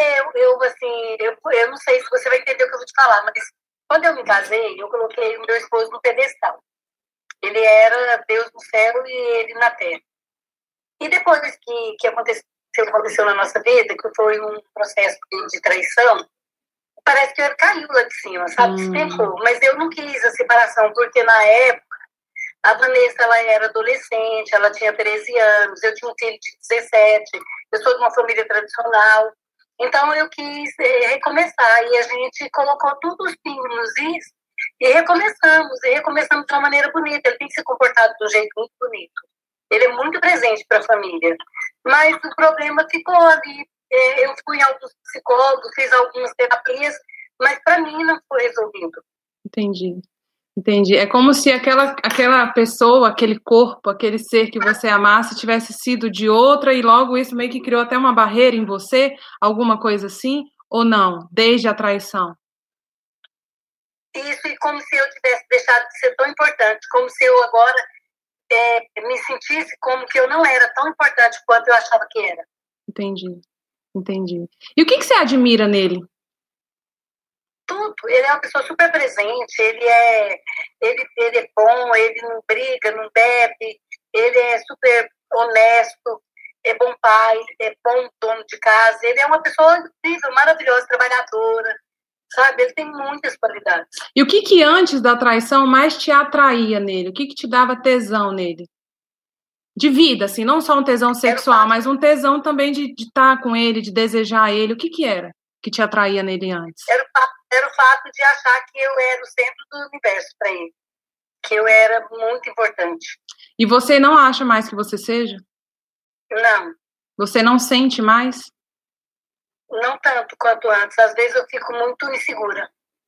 eu não sei se você vai entender o que eu vou te falar, mas quando eu me casei, eu coloquei o meu esposo no pedestal. Ele era Deus no céu e ele na terra. E depois que aconteceu na nossa vida, que foi um processo de traição, parece que ele caiu lá de cima, sabe? Despencou. Mas eu não quis a separação, porque na época a Vanessa, ela era adolescente, ela tinha 13 anos, eu tinha um filho de 17, eu sou de uma família tradicional. Então, eu quis recomeçar, e a gente colocou todos os pingos nos is e recomeçamos de uma maneira bonita. Ele tem se comportado de um jeito muito bonito. Ele é muito presente para a família. Mas o problema ficou ali. Eu fui em alguns psicólogos, fiz algumas terapias, mas para mim não foi resolvido. Entendi. É como se aquela pessoa, aquele corpo, aquele ser que você amasse tivesse sido de outra e logo isso meio que criou até uma barreira em você, alguma coisa assim, ou não? Desde a traição? Isso, e como se eu tivesse deixado de ser tão importante, como se eu agora me sentisse como que eu não era tão importante quanto eu achava que era. Entendi. E o que você admira nele? Tudo. Ele é uma pessoa super presente, ele é bom, ele não briga, não bebe, ele é super honesto, é bom pai, é bom dono de casa, ele é uma pessoa incrível, maravilhosa, trabalhadora, sabe? Ele tem muitas qualidades. E o que antes da traição mais te atraía nele? O que te dava tesão nele? De vida, assim, não só um tesão sexual, mas um tesão também de estar com ele, de desejar ele. O que era que te atraía nele antes? Era o fato de achar que eu era o centro do universo para ele. Que eu era muito importante. E você não acha mais que você seja? Não. Você não sente mais? Não tanto quanto antes. Às vezes eu fico muito insegura.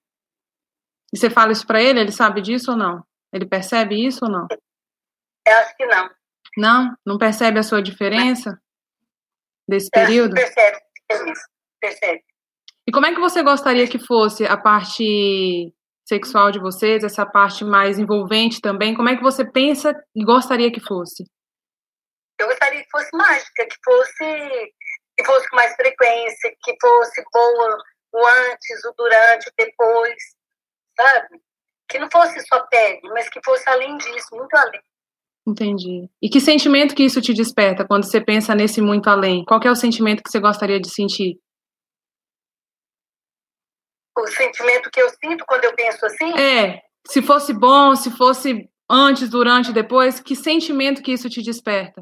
E você fala isso para ele? Ele sabe disso ou não? Ele percebe isso ou não? Eu acho que não. Não? Não percebe a sua diferença desse período? Percebe. E como é que você gostaria que fosse a parte sexual de vocês, essa parte mais envolvente também? Como é que você pensa e gostaria que fosse? Eu gostaria que fosse mágica, que fosse com mais frequência, que fosse boa o antes, o durante, o depois, sabe? Que não fosse só pele, mas que fosse além disso, muito além. Entendi. E que sentimento que isso te desperta quando você pensa nesse muito além? Qual que é o sentimento que você gostaria de sentir? O sentimento que eu sinto quando eu penso assim? Se fosse bom, se fosse antes, durante, depois, que sentimento que isso te desperta?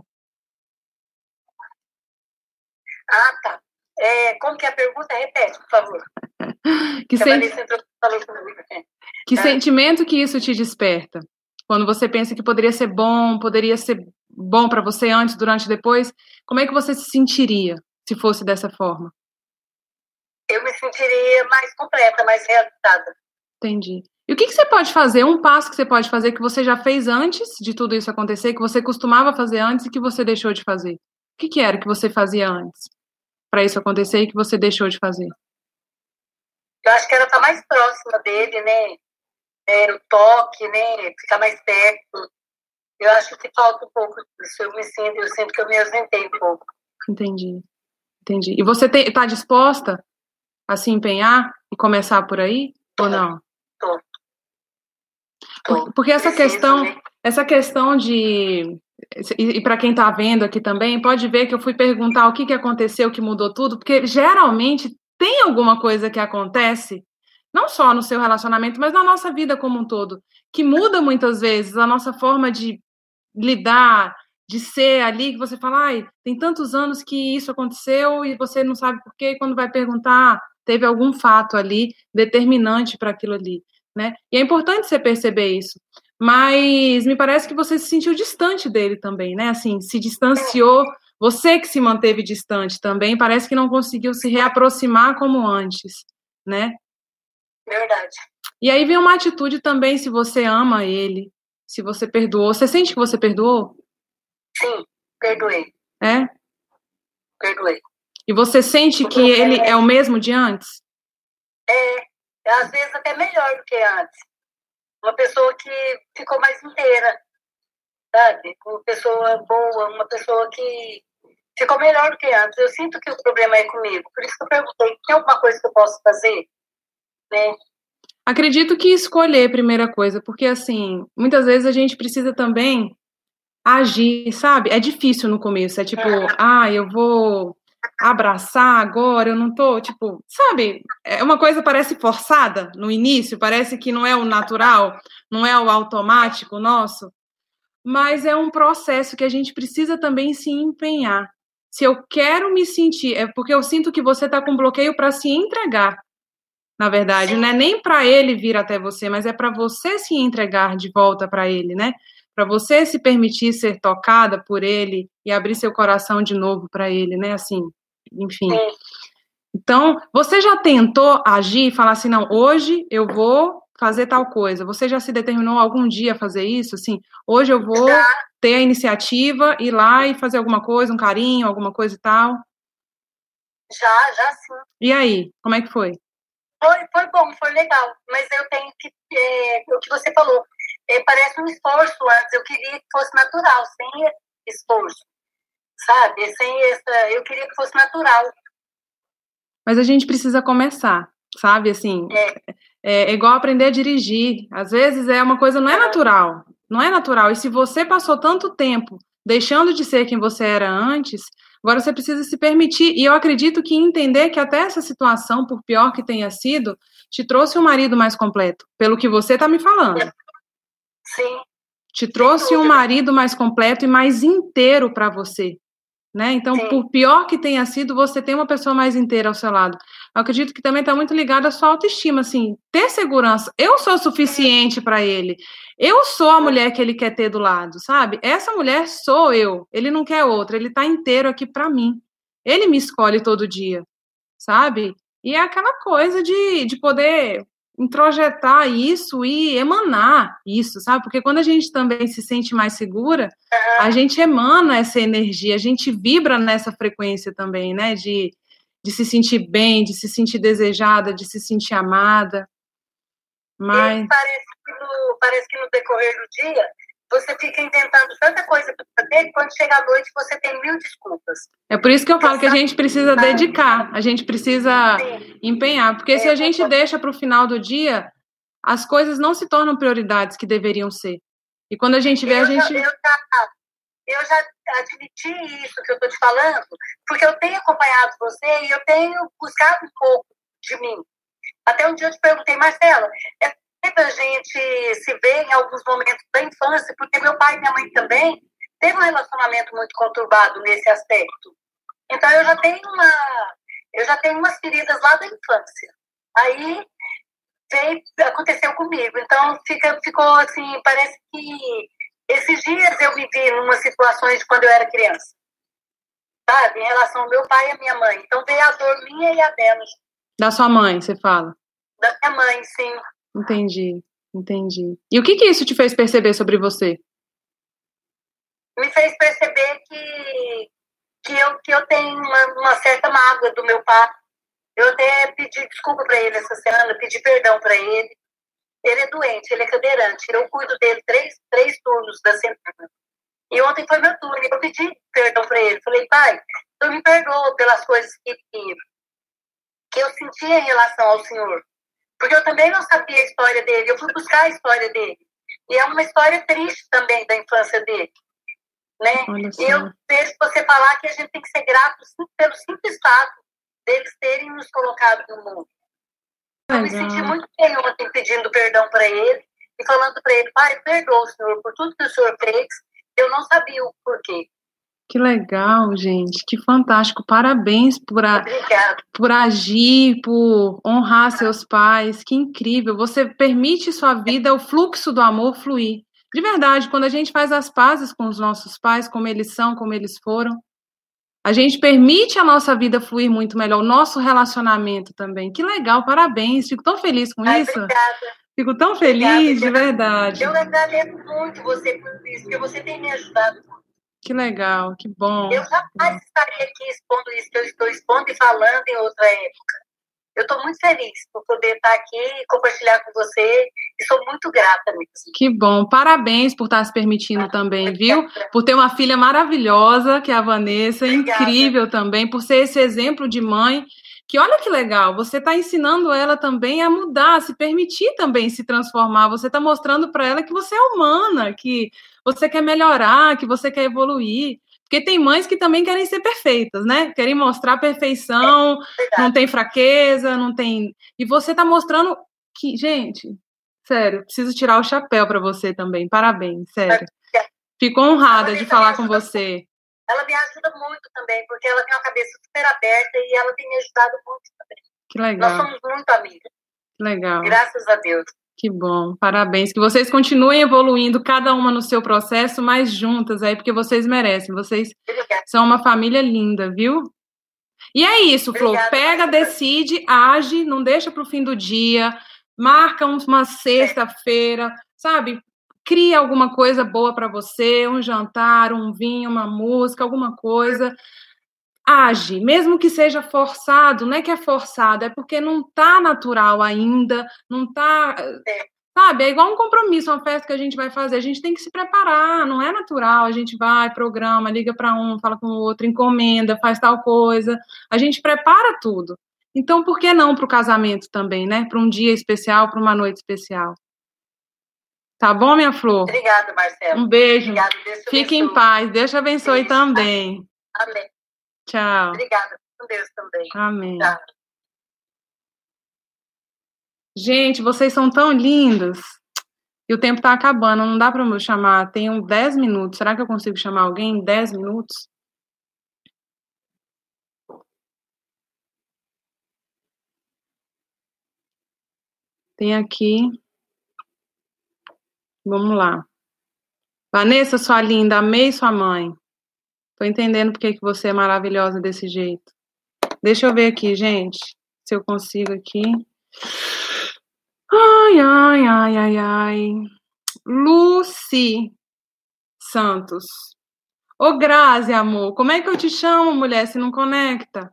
Ah, tá. Como que é a pergunta? Repete, por favor. Que sentimento que isso te desperta? Quando você pensa que poderia ser bom para você antes, durante, depois, como é que você se sentiria se fosse dessa forma? Eu me sentiria mais completa, mais realizada. Entendi. E o que você pode fazer, um passo que você pode fazer que você já fez antes de tudo isso acontecer, que você costumava fazer antes e que você deixou de fazer? O que era que você fazia antes para isso acontecer e que você deixou de fazer? Eu acho que era estar mais próxima dele, né? O toque, né? Ficar mais perto. Eu acho que falta um pouco disso. Eu sinto que eu me ausentei um pouco. Entendi. E você está disposta a se empenhar e começar por aí? Ou não? Tô. Porque essa questão de... E para quem está vendo aqui também, pode ver que eu fui perguntar o que aconteceu, que mudou tudo, porque geralmente tem alguma coisa que acontece, não só no seu relacionamento, mas na nossa vida como um todo, que muda muitas vezes a nossa forma de lidar, de ser ali, que você fala, ai, tem tantos anos que isso aconteceu e você não sabe por quê, e quando vai perguntar, teve algum fato ali determinante para aquilo ali, né? E é importante você perceber isso. Mas me parece que você se sentiu distante dele também, né? Assim, se distanciou, você que se manteve distante também, parece que não conseguiu se reaproximar como antes, né? Verdade. E aí vem uma atitude também, se você ama ele, se você perdoou. Você sente que você perdoou? Sim, perdoei. É? Perdoei. E você sente que ele é o mesmo de antes? Às vezes até melhor do que antes. Uma pessoa que ficou mais inteira, sabe? Uma pessoa boa, uma pessoa que ficou melhor do que antes. Eu sinto que o problema é comigo. Por isso que eu perguntei, tem alguma coisa que eu posso fazer? Né? Acredito que escolher, primeira coisa, porque assim, muitas vezes a gente precisa também agir, sabe? É difícil no começo, é tipo, eu vou abraçar agora, eu não tô, tipo, sabe? É uma coisa parece forçada no início, parece que não é o natural, não é o automático nosso, mas é um processo que a gente precisa também se empenhar. Se eu quero me sentir, é porque eu sinto que você tá com bloqueio para se entregar. Na verdade, não é nem para ele vir até você, mas é para você se entregar de volta para ele, né? Para você se permitir ser tocada por ele e abrir seu coração de novo para ele, né? Assim, enfim. Então, você já tentou agir e falar assim, não, hoje eu vou fazer tal coisa. Você já se determinou algum dia a fazer isso? Assim, hoje eu vou ter a iniciativa, ir lá e fazer alguma coisa, um carinho, alguma coisa e tal? Já sim. E aí, como é que foi? Foi bom, foi legal, mas eu tenho que, o que você falou, parece um esforço antes, eu queria que fosse natural, sem esforço, sabe? Eu queria que fosse natural. Mas a gente precisa começar, sabe? Assim, é igual aprender a dirigir, às vezes é uma coisa, não é natural, e se você passou tanto tempo deixando de ser quem você era antes, agora você precisa se permitir, e eu acredito que entender que até essa situação, por pior que tenha sido, te trouxe um marido mais completo, pelo que você está me falando. Sim. Te trouxe um marido mais completo e mais inteiro para você, né? Então, por pior que tenha sido, você tem uma pessoa mais inteira ao seu lado. Eu acredito que também está muito ligado à sua autoestima, assim, ter segurança. Eu sou suficiente para ele. Eu sou a mulher que ele quer ter do lado, sabe? Essa mulher sou eu. Ele não quer outra. Ele está inteiro aqui para mim. Ele me escolhe todo dia, sabe? E é aquela coisa de poder introjetar isso e emanar isso, sabe? Porque quando a gente também se sente mais segura, a gente emana essa energia, a gente vibra nessa frequência também, né? De se sentir bem, de se sentir desejada, de se sentir amada. Mas parece que no decorrer do dia você fica inventando tanta coisa para fazer, que quando chega a noite você tem 1000 desculpas. É por isso que eu falo que a gente precisa dedicar, a gente precisa empenhar, porque se a gente deixa para o final do dia, as coisas não se tornam prioridades que deveriam ser. E quando a gente vê, Eu já admiti isso que eu estou te falando, porque eu tenho acompanhado você e eu tenho buscado um pouco de mim. Até um dia eu te perguntei, Marcela, a gente se vê em alguns momentos da infância, porque meu pai e minha mãe também teve um relacionamento muito conturbado nesse aspecto. Então eu já tenho umas feridas lá da infância. Aí aconteceu comigo. Então ficou assim, parece que esses dias eu vivi em umas situações de quando eu era criança, sabe? Em relação ao meu pai e à minha mãe. Então veio a dor minha e a dela. Da sua mãe, você fala? Da minha mãe, sim. Entendi. E o que isso te fez perceber sobre você? Me fez perceber que eu tenho uma certa mágoa do meu pai. Eu até pedi desculpa para ele essa semana, pedi perdão para ele. Ele é doente, ele é cadeirante. Eu cuido dele três turnos da semana. E ontem foi meu turno. Eu pedi perdão para ele. Falei, pai, tu me perdoa pelas coisas que eu sentia em relação ao senhor. Porque eu também não sabia a história dele. Eu fui buscar a história dele. E é uma história triste também da infância dele, né? E eu vejo você falar que a gente tem que ser grato pelo simples fato deles terem nos colocado no mundo. Eu me senti muito bem ontem pedindo perdão para ele e falando para ele, pai, perdoa o senhor por tudo que o senhor fez, eu não sabia o porquê. Que legal, gente, que fantástico, parabéns por agir, por honrar seus pais, que incrível, você permite sua vida, o fluxo do amor fluir. De verdade, quando a gente faz as pazes com os nossos pais, como eles são, como eles foram, a gente permite a nossa vida fluir muito melhor, o nosso relacionamento também. Que legal, parabéns, fico tão feliz com isso. Obrigada. Fico tão feliz, de verdade. Eu agradeço muito você por isso, porque você tem me ajudado. Que legal, que bom. Eu jamais estaria aqui expondo isso que eu estou expondo e falando em outra época. Eu estou muito feliz por poder estar aqui e compartilhar com você e sou muito grata mesmo. Que bom, parabéns por estar se permitindo também, viu? Por ter uma filha maravilhosa, que é a Vanessa, incrível também, por ser esse exemplo de mãe, que olha que legal, você está ensinando ela também a mudar, a se permitir também se transformar, você está mostrando para ela que você é humana, que você quer melhorar, que você quer evoluir. Porque tem mães que também querem ser perfeitas, né? Querem mostrar perfeição, não tem fraqueza, não tem... E você tá mostrando que... Gente, sério, preciso tirar o chapéu para você também. Parabéns, sério. Fico honrada de falar com você. Ela me ajuda muito também, porque ela tem uma cabeça super aberta e ela tem me ajudado muito também. Que legal. Nós somos muito amigas. Que legal. Graças a Deus. Que bom, parabéns. Que vocês continuem evoluindo, cada uma no seu processo, mas juntas aí, porque vocês merecem. Vocês são uma família linda, viu? E é isso, Flor. Pega, decide, age, não deixa para o fim do dia, marca uma sexta-feira, sabe? Cria alguma coisa boa para você, um jantar, um vinho, uma música, alguma coisa. Age, mesmo que seja forçado, não é que é forçado, é porque não tá natural ainda, não tá, sabe, é igual um compromisso, uma festa que a gente vai fazer, a gente tem que se preparar, não é natural, a gente vai, programa, liga para um, fala com o outro, encomenda, faz tal coisa, a gente prepara tudo, então por que não para o casamento também, né, para um dia especial, para uma noite especial. Tá bom, minha Flor? Obrigada, Marcelo. Um beijo. Obrigada, fique em paz, Deus te abençoe também. Amém. Tchau. Obrigada. Com Deus também. Amém. Tchau. Gente, vocês são tão lindas. E o tempo tá acabando, não dá para eu chamar. Tenho 10 minutos. Será que eu consigo chamar alguém em 10 minutos? Tem aqui. Vamos lá. Vanessa, sua linda, amei sua mãe. Tô entendendo porque que você é maravilhosa desse jeito. Deixa eu ver aqui, gente, se eu consigo aqui. Ai, ai, ai, ai, ai. Lucy Santos. Ô, Grazi, amor, como é que eu te chamo, mulher, se não conecta?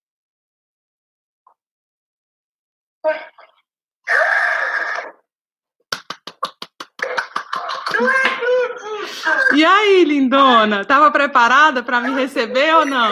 E aí, lindona? Tava preparada para me receber ou não?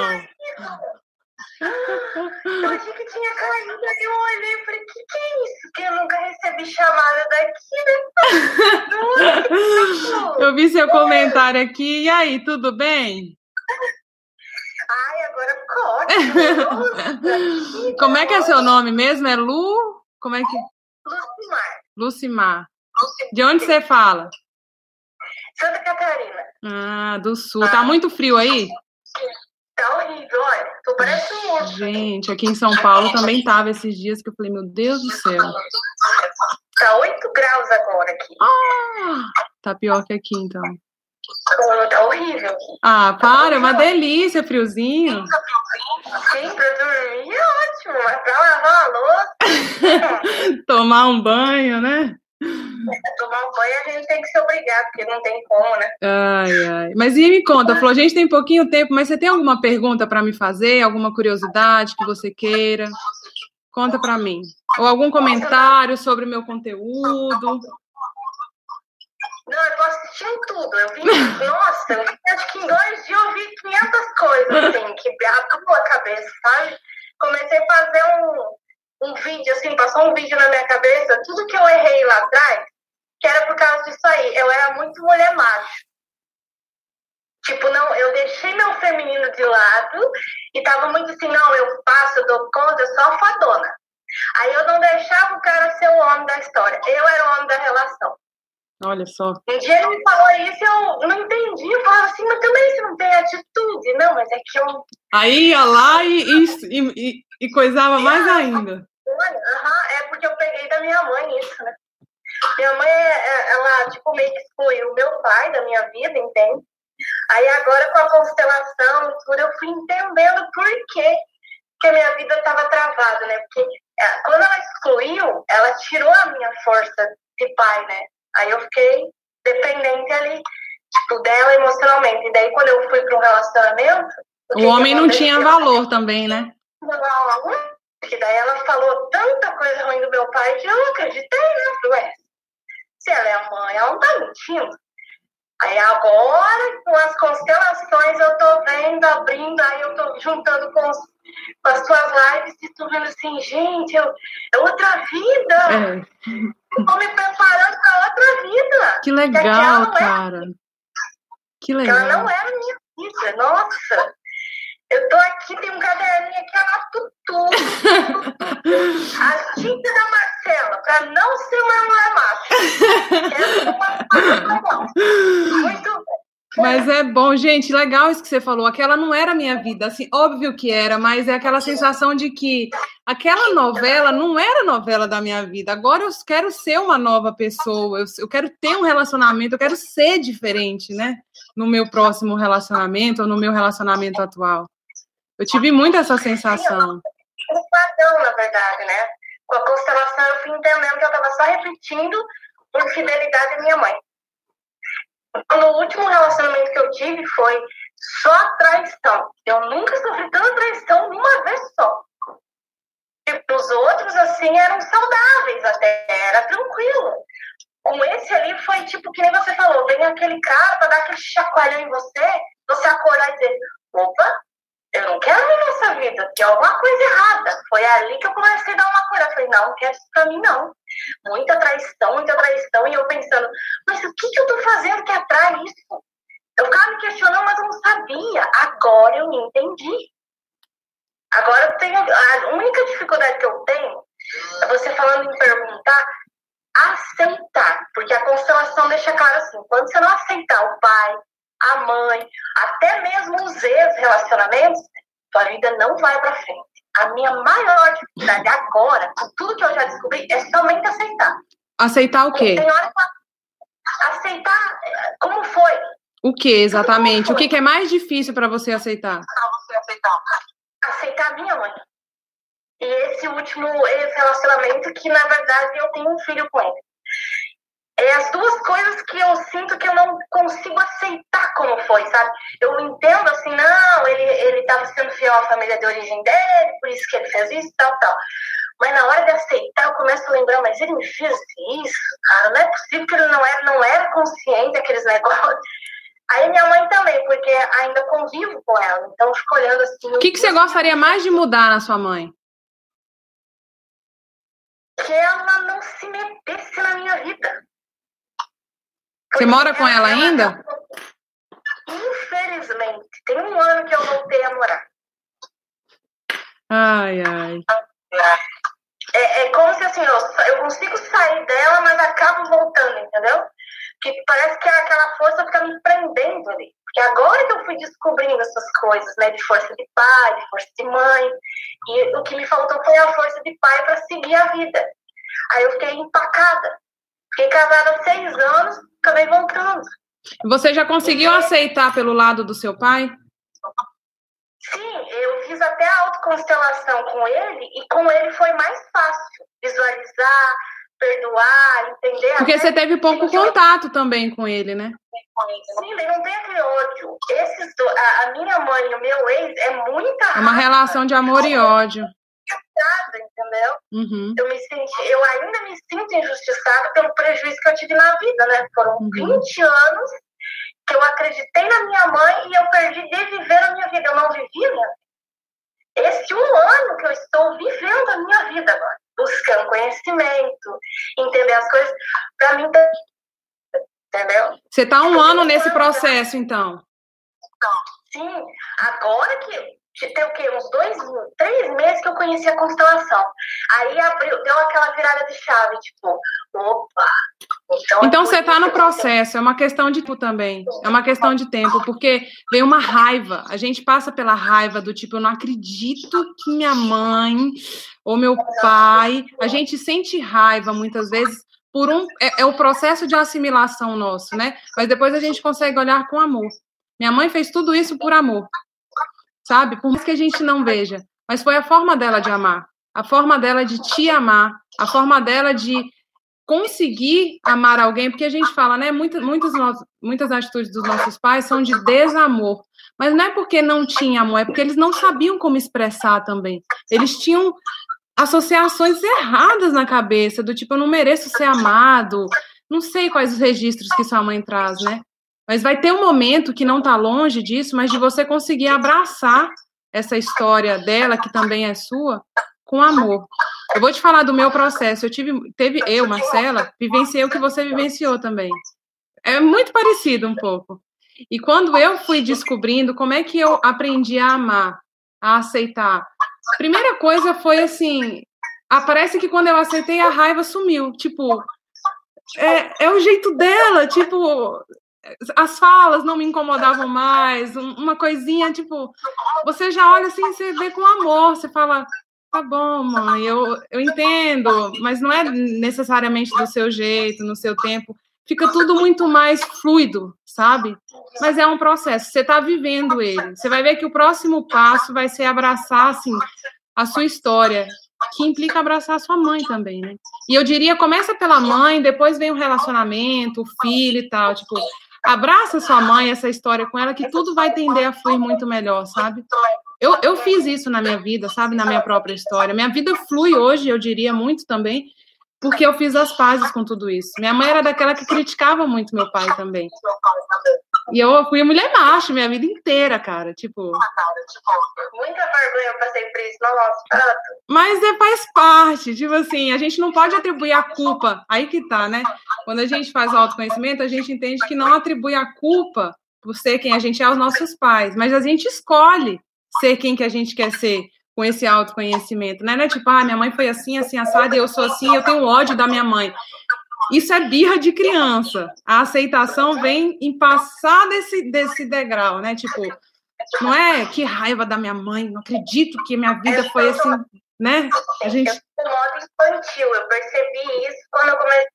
Eu achei que tinha caído, aí eu olhei e falei, que é isso? Que eu nunca recebi chamada daqui, né? Eu vi seu comentário aqui. E aí, tudo bem? Ai, agora ficou ótimo. Como é que é seu nome mesmo? É Lu? Como é que... Lucimar. Lucimar. De onde você fala? Santa Catarina. Ah, do sul. Tá muito frio aí? Tá horrível, olha. Tô parecendo um urso. Gente, aqui em São Paulo também tava esses dias que eu falei, meu Deus do céu. Tá 8 graus agora aqui. Ah, tá pior que aqui, então. Tá horrível aqui. Ah, para, é uma delícia, friozinho. Sim, pra dormir é ótimo, mas pra lavar a louça... Tomar um banho, né? Tomar um banho a gente tem que se obrigar, porque não tem como, né? Ai, ai. Mas e me conta, Flor, a gente tem pouquinho tempo, mas você tem alguma pergunta para me fazer? Alguma curiosidade que você queira? Conta para mim. Ou algum comentário sobre o meu conteúdo? Não, eu tô assistindo tudo. Eu vi, nossa, eu acho que em 2 dias eu vi 500 coisas, assim, que abriu a cabeça, sabe? Comecei a fazer um vídeo, assim, passou um vídeo na minha cabeça, tudo que eu errei lá atrás, que era por causa disso aí. Eu era muito mulher macho. Tipo, não, eu deixei meu feminino de lado e tava muito assim, não, eu faço, eu dou conta, eu sou a fadona. Aí eu não deixava o cara ser o homem da história. Eu era o homem da relação. Olha só. Um dia ele me falou isso e eu não entendi. Eu falava assim, mas também você não tem atitude. Não, mas é que eu... Aí ia lá e coisava mais ainda. É porque eu peguei da minha mãe isso, né? Minha mãe, ela, tipo, meio que excluiu o meu pai da minha vida, entende? Aí agora com a constelação e tudo, eu fui entendendo por que a minha vida estava travada, né? Porque quando ela excluiu, ela tirou a minha força de pai, né? Aí eu fiquei dependente ali, tipo, dela emocionalmente. E daí quando eu fui para um relacionamento... O homem não tinha valor também, né? Porque daí ela falou tanta coisa ruim do meu pai que eu não acreditei, né? Eu falei, ué, se ela é a mãe, ela não tá mentindo. Aí agora, com as constelações, eu tô vendo, abrindo, aí eu tô juntando com as suas lives e tô vendo assim, gente, é outra vida. Eu tô me preparando pra outra vida. Que legal, cara. Que legal. Ela não era a minha vida, nossa. Eu tô aqui, tem um caderninho aqui, anoto tudo. A tinta da Marcela, pra não ser uma mulher macho. Quero ser uma não. Muito bem. Mas é bom, gente, legal isso que você falou. Aquela não era a minha vida, assim, óbvio que era, mas é aquela sensação de que aquela novela não era a novela da minha vida. Agora eu quero ser uma nova pessoa, eu quero ter um relacionamento, eu quero ser diferente, né? No meu próximo relacionamento ou no meu relacionamento atual. Eu tive muito essa sensação. Um padrão, na verdade, né? Com a constelação eu fui entendendo que eu estava só repetindo por fidelidade à minha mãe. No último relacionamento que eu tive foi só traição. Eu nunca sofri tanta traição uma vez só. E os outros, assim, eram saudáveis até, era tranquilo. Com esse ali foi tipo, que nem você falou, vem aquele cara para dar aquele chacoalhão em você acordar e dizer, opa, eu não quero ver nessa vida, tem alguma coisa errada. Foi ali que eu comecei a dar uma coisa. Eu falei, não quero isso pra mim, não. Muita traição. E eu pensando, mas o que eu tô fazendo que atrai isso? Eu ficava me questionando, mas eu não sabia. Agora eu me entendi. Agora eu tenho... A única dificuldade que eu tenho é você falando em perguntar, aceitar. Porque a constelação deixa claro assim, quando você não aceitar o pai, a mãe, até mesmo os ex-relacionamentos, sua vida não vai para frente. A minha maior dificuldade agora, com tudo que eu já descobri, é somente aceitar. Aceitar o quê? Tem hora que aceitar como foi. O que exatamente? O que é mais difícil para você aceitar? Aceitar a minha mãe. E esse último ex-relacionamento que, na verdade, eu tenho um filho com ele. É as duas coisas que eu sinto que eu não consigo aceitar como foi, sabe? Eu entendo assim, não, ele estava sendo fiel à família de origem dele, por isso que ele fez isso, tal. Mas na hora de aceitar, eu começo a lembrar, mas ele me fez isso, cara, não é possível que ele não era consciente daqueles negócios. Aí minha mãe também, porque ainda convivo com ela, então fico olhando assim... O que você gostaria mais de mudar na sua mãe? Que ela não se metesse na minha vida. Você mora com ela ainda? Infelizmente. Tem 1 ano que eu voltei a morar. Ai. É como se assim, eu consigo sair dela, mas acabo voltando, entendeu? Porque parece que aquela força fica me prendendo ali. Porque agora que eu fui descobrindo essas coisas, né? De força de pai, de força de mãe. E o que me faltou foi a força de pai para seguir a vida. Aí eu fiquei empacada. Fiquei casada há 6 anos, acabei voltando. Você já conseguiu aceitar pelo lado do seu pai? Sim, eu fiz até a autoconstelação com ele, e com ele foi mais fácil visualizar, perdoar, entender. Porque você teve pouco contato também com ele, né? Sim, ele não tem aquele ódio. A minha mãe e o meu ex é muita raiva. É uma relação de amor e ódio. Entendeu? Uhum. Eu ainda me sinto injustiçada pelo prejuízo que eu tive na vida, né? Foram 20 anos que eu acreditei na minha mãe e eu perdi de viver a minha vida. Eu não vivi a minha vida. Esse 1 ano que eu estou vivendo a minha vida agora, buscando conhecer conhecimento, entender as coisas. Pra mim, entendeu? Você tá 1 ano nesse processo, então? Sim, agora que tem o quê? Uns 3 meses que eu conheci a constelação. Aí abriu, deu aquela virada de chave, tipo, opa. Então você tá no processo, é uma questão de tempo também. É uma questão de tempo, porque vem uma raiva. A gente passa pela raiva do tipo, eu não acredito que minha mãe ou meu pai. A gente sente raiva muitas vezes por é o processo de assimilação nosso, né? Mas depois a gente consegue olhar com amor. Minha mãe fez tudo isso por amor. Sabe? Por mais que a gente não veja. Mas foi a forma dela de amar. A forma dela de te amar. A forma dela de conseguir amar alguém. Porque a gente fala, né? Muitas atitudes dos nossos pais são de desamor. Mas não é porque não tinha amor. É porque eles não sabiam como expressar também. Eles tinham associações erradas na cabeça. Do tipo, eu não mereço ser amado. Não sei quais os registros que sua mãe traz, né? Mas vai ter um momento que não está longe disso, mas de você conseguir abraçar essa história dela, que também é sua, com amor. Eu vou te falar do meu processo. Eu, Marcela, vivenciei o que você vivenciou também. É muito parecido um pouco. E quando eu fui descobrindo como é que eu aprendi a amar, a aceitar, a primeira coisa foi assim, parece que quando eu aceitei, a raiva sumiu. Tipo, é o jeito dela, tipo... As falas não me incomodavam mais, uma coisinha, tipo, você já olha assim, você vê com amor, você fala, tá bom, mãe, eu entendo, mas não é necessariamente do seu jeito, no seu tempo, fica tudo muito mais fluido, sabe? Mas é um processo, você tá vivendo ele, você vai ver que o próximo passo vai ser abraçar, assim, a sua história, que implica abraçar a sua mãe também, né? E eu diria, começa pela mãe, depois vem o relacionamento, o filho e tal, tipo... Abraça sua mãe, essa história com ela, que tudo vai tender a fluir muito melhor, sabe? Eu fiz isso na minha vida, sabe? Na minha própria história. Minha vida flui hoje, eu diria, muito também, porque eu fiz as pazes com tudo isso. Minha mãe era daquela que criticava muito meu pai também. E eu fui mulher macho minha vida inteira, cara. Tipo... Muita vergonha eu passei por isso, nossa, tanto. Mas faz parte, tipo assim, a gente não pode atribuir a culpa. Aí que tá, né? Quando a gente faz o autoconhecimento, a gente entende que não atribui a culpa por ser quem a gente é aos nossos pais. Mas a gente escolhe ser quem que a gente quer ser com esse autoconhecimento, né? Não é tipo, minha mãe foi assim, assim, assada, e eu sou assim, eu tenho ódio da minha mãe. Isso é birra de criança. A aceitação vem em passar desse degrau, né? Tipo, não é que raiva da minha mãe, não acredito que minha vida foi assim, né? A gente... Eu no modo infantil, eu percebi isso quando eu comecei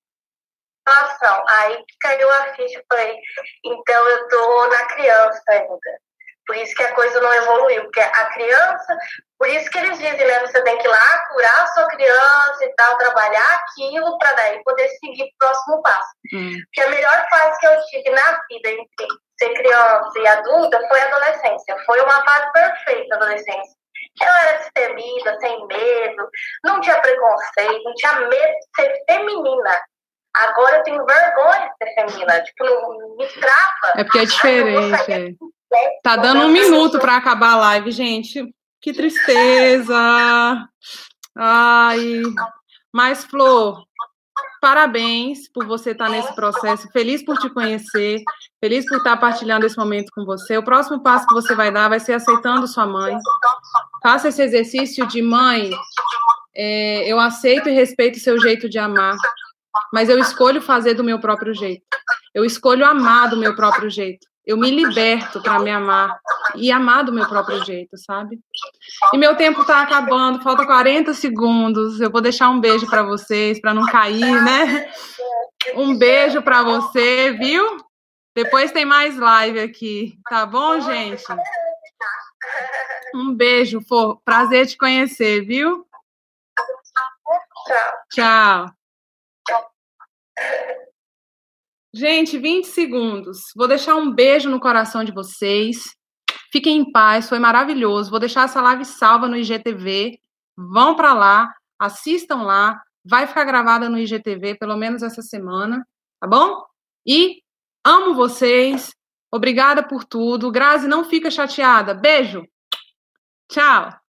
a relação. Aí caiu a ficha e falei, então eu tô na criança ainda. Por isso que a coisa não evoluiu, porque a criança, por isso que eles dizem, né, você tem que ir lá curar a sua criança e tal, trabalhar aquilo para daí poder seguir o próximo passo. Porque a melhor fase que eu tive na vida entre ser criança e adulta foi a adolescência. Foi uma fase perfeita, a adolescência. Eu era destemida, sem medo, não tinha preconceito, não tinha medo de ser feminina. Agora eu tenho vergonha de ser feminina, tipo, não me trava. É porque é diferente, Tá dando 1 minuto para acabar a live, gente. Que tristeza. Ai. Mas, Flor, parabéns por você estar nesse processo. Feliz por te conhecer. Feliz por estar partilhando esse momento com você. O próximo passo que você vai dar vai ser aceitando sua mãe. Faça esse exercício de mãe. Eu aceito e respeito o seu jeito de amar, mas eu escolho fazer do meu próprio jeito. Eu escolho amar do meu próprio jeito. Eu me liberto para me amar e amar do meu próprio jeito, sabe? E meu tempo está acabando, falta 40 segundos. Eu vou deixar um beijo para vocês, para não cair, né? Um beijo para você, viu? Depois tem mais live aqui, tá bom, gente? Um beijo, Flor. Prazer te conhecer, viu? Tchau. Gente, 20 segundos. Vou deixar um beijo no coração de vocês. Fiquem em paz, foi maravilhoso. Vou deixar essa live salva no IGTV. Vão para lá, assistam lá. Vai ficar gravada no IGTV, pelo menos essa semana, tá bom? E amo vocês. Obrigada por tudo. Grazi, não fica chateada. Beijo. Tchau.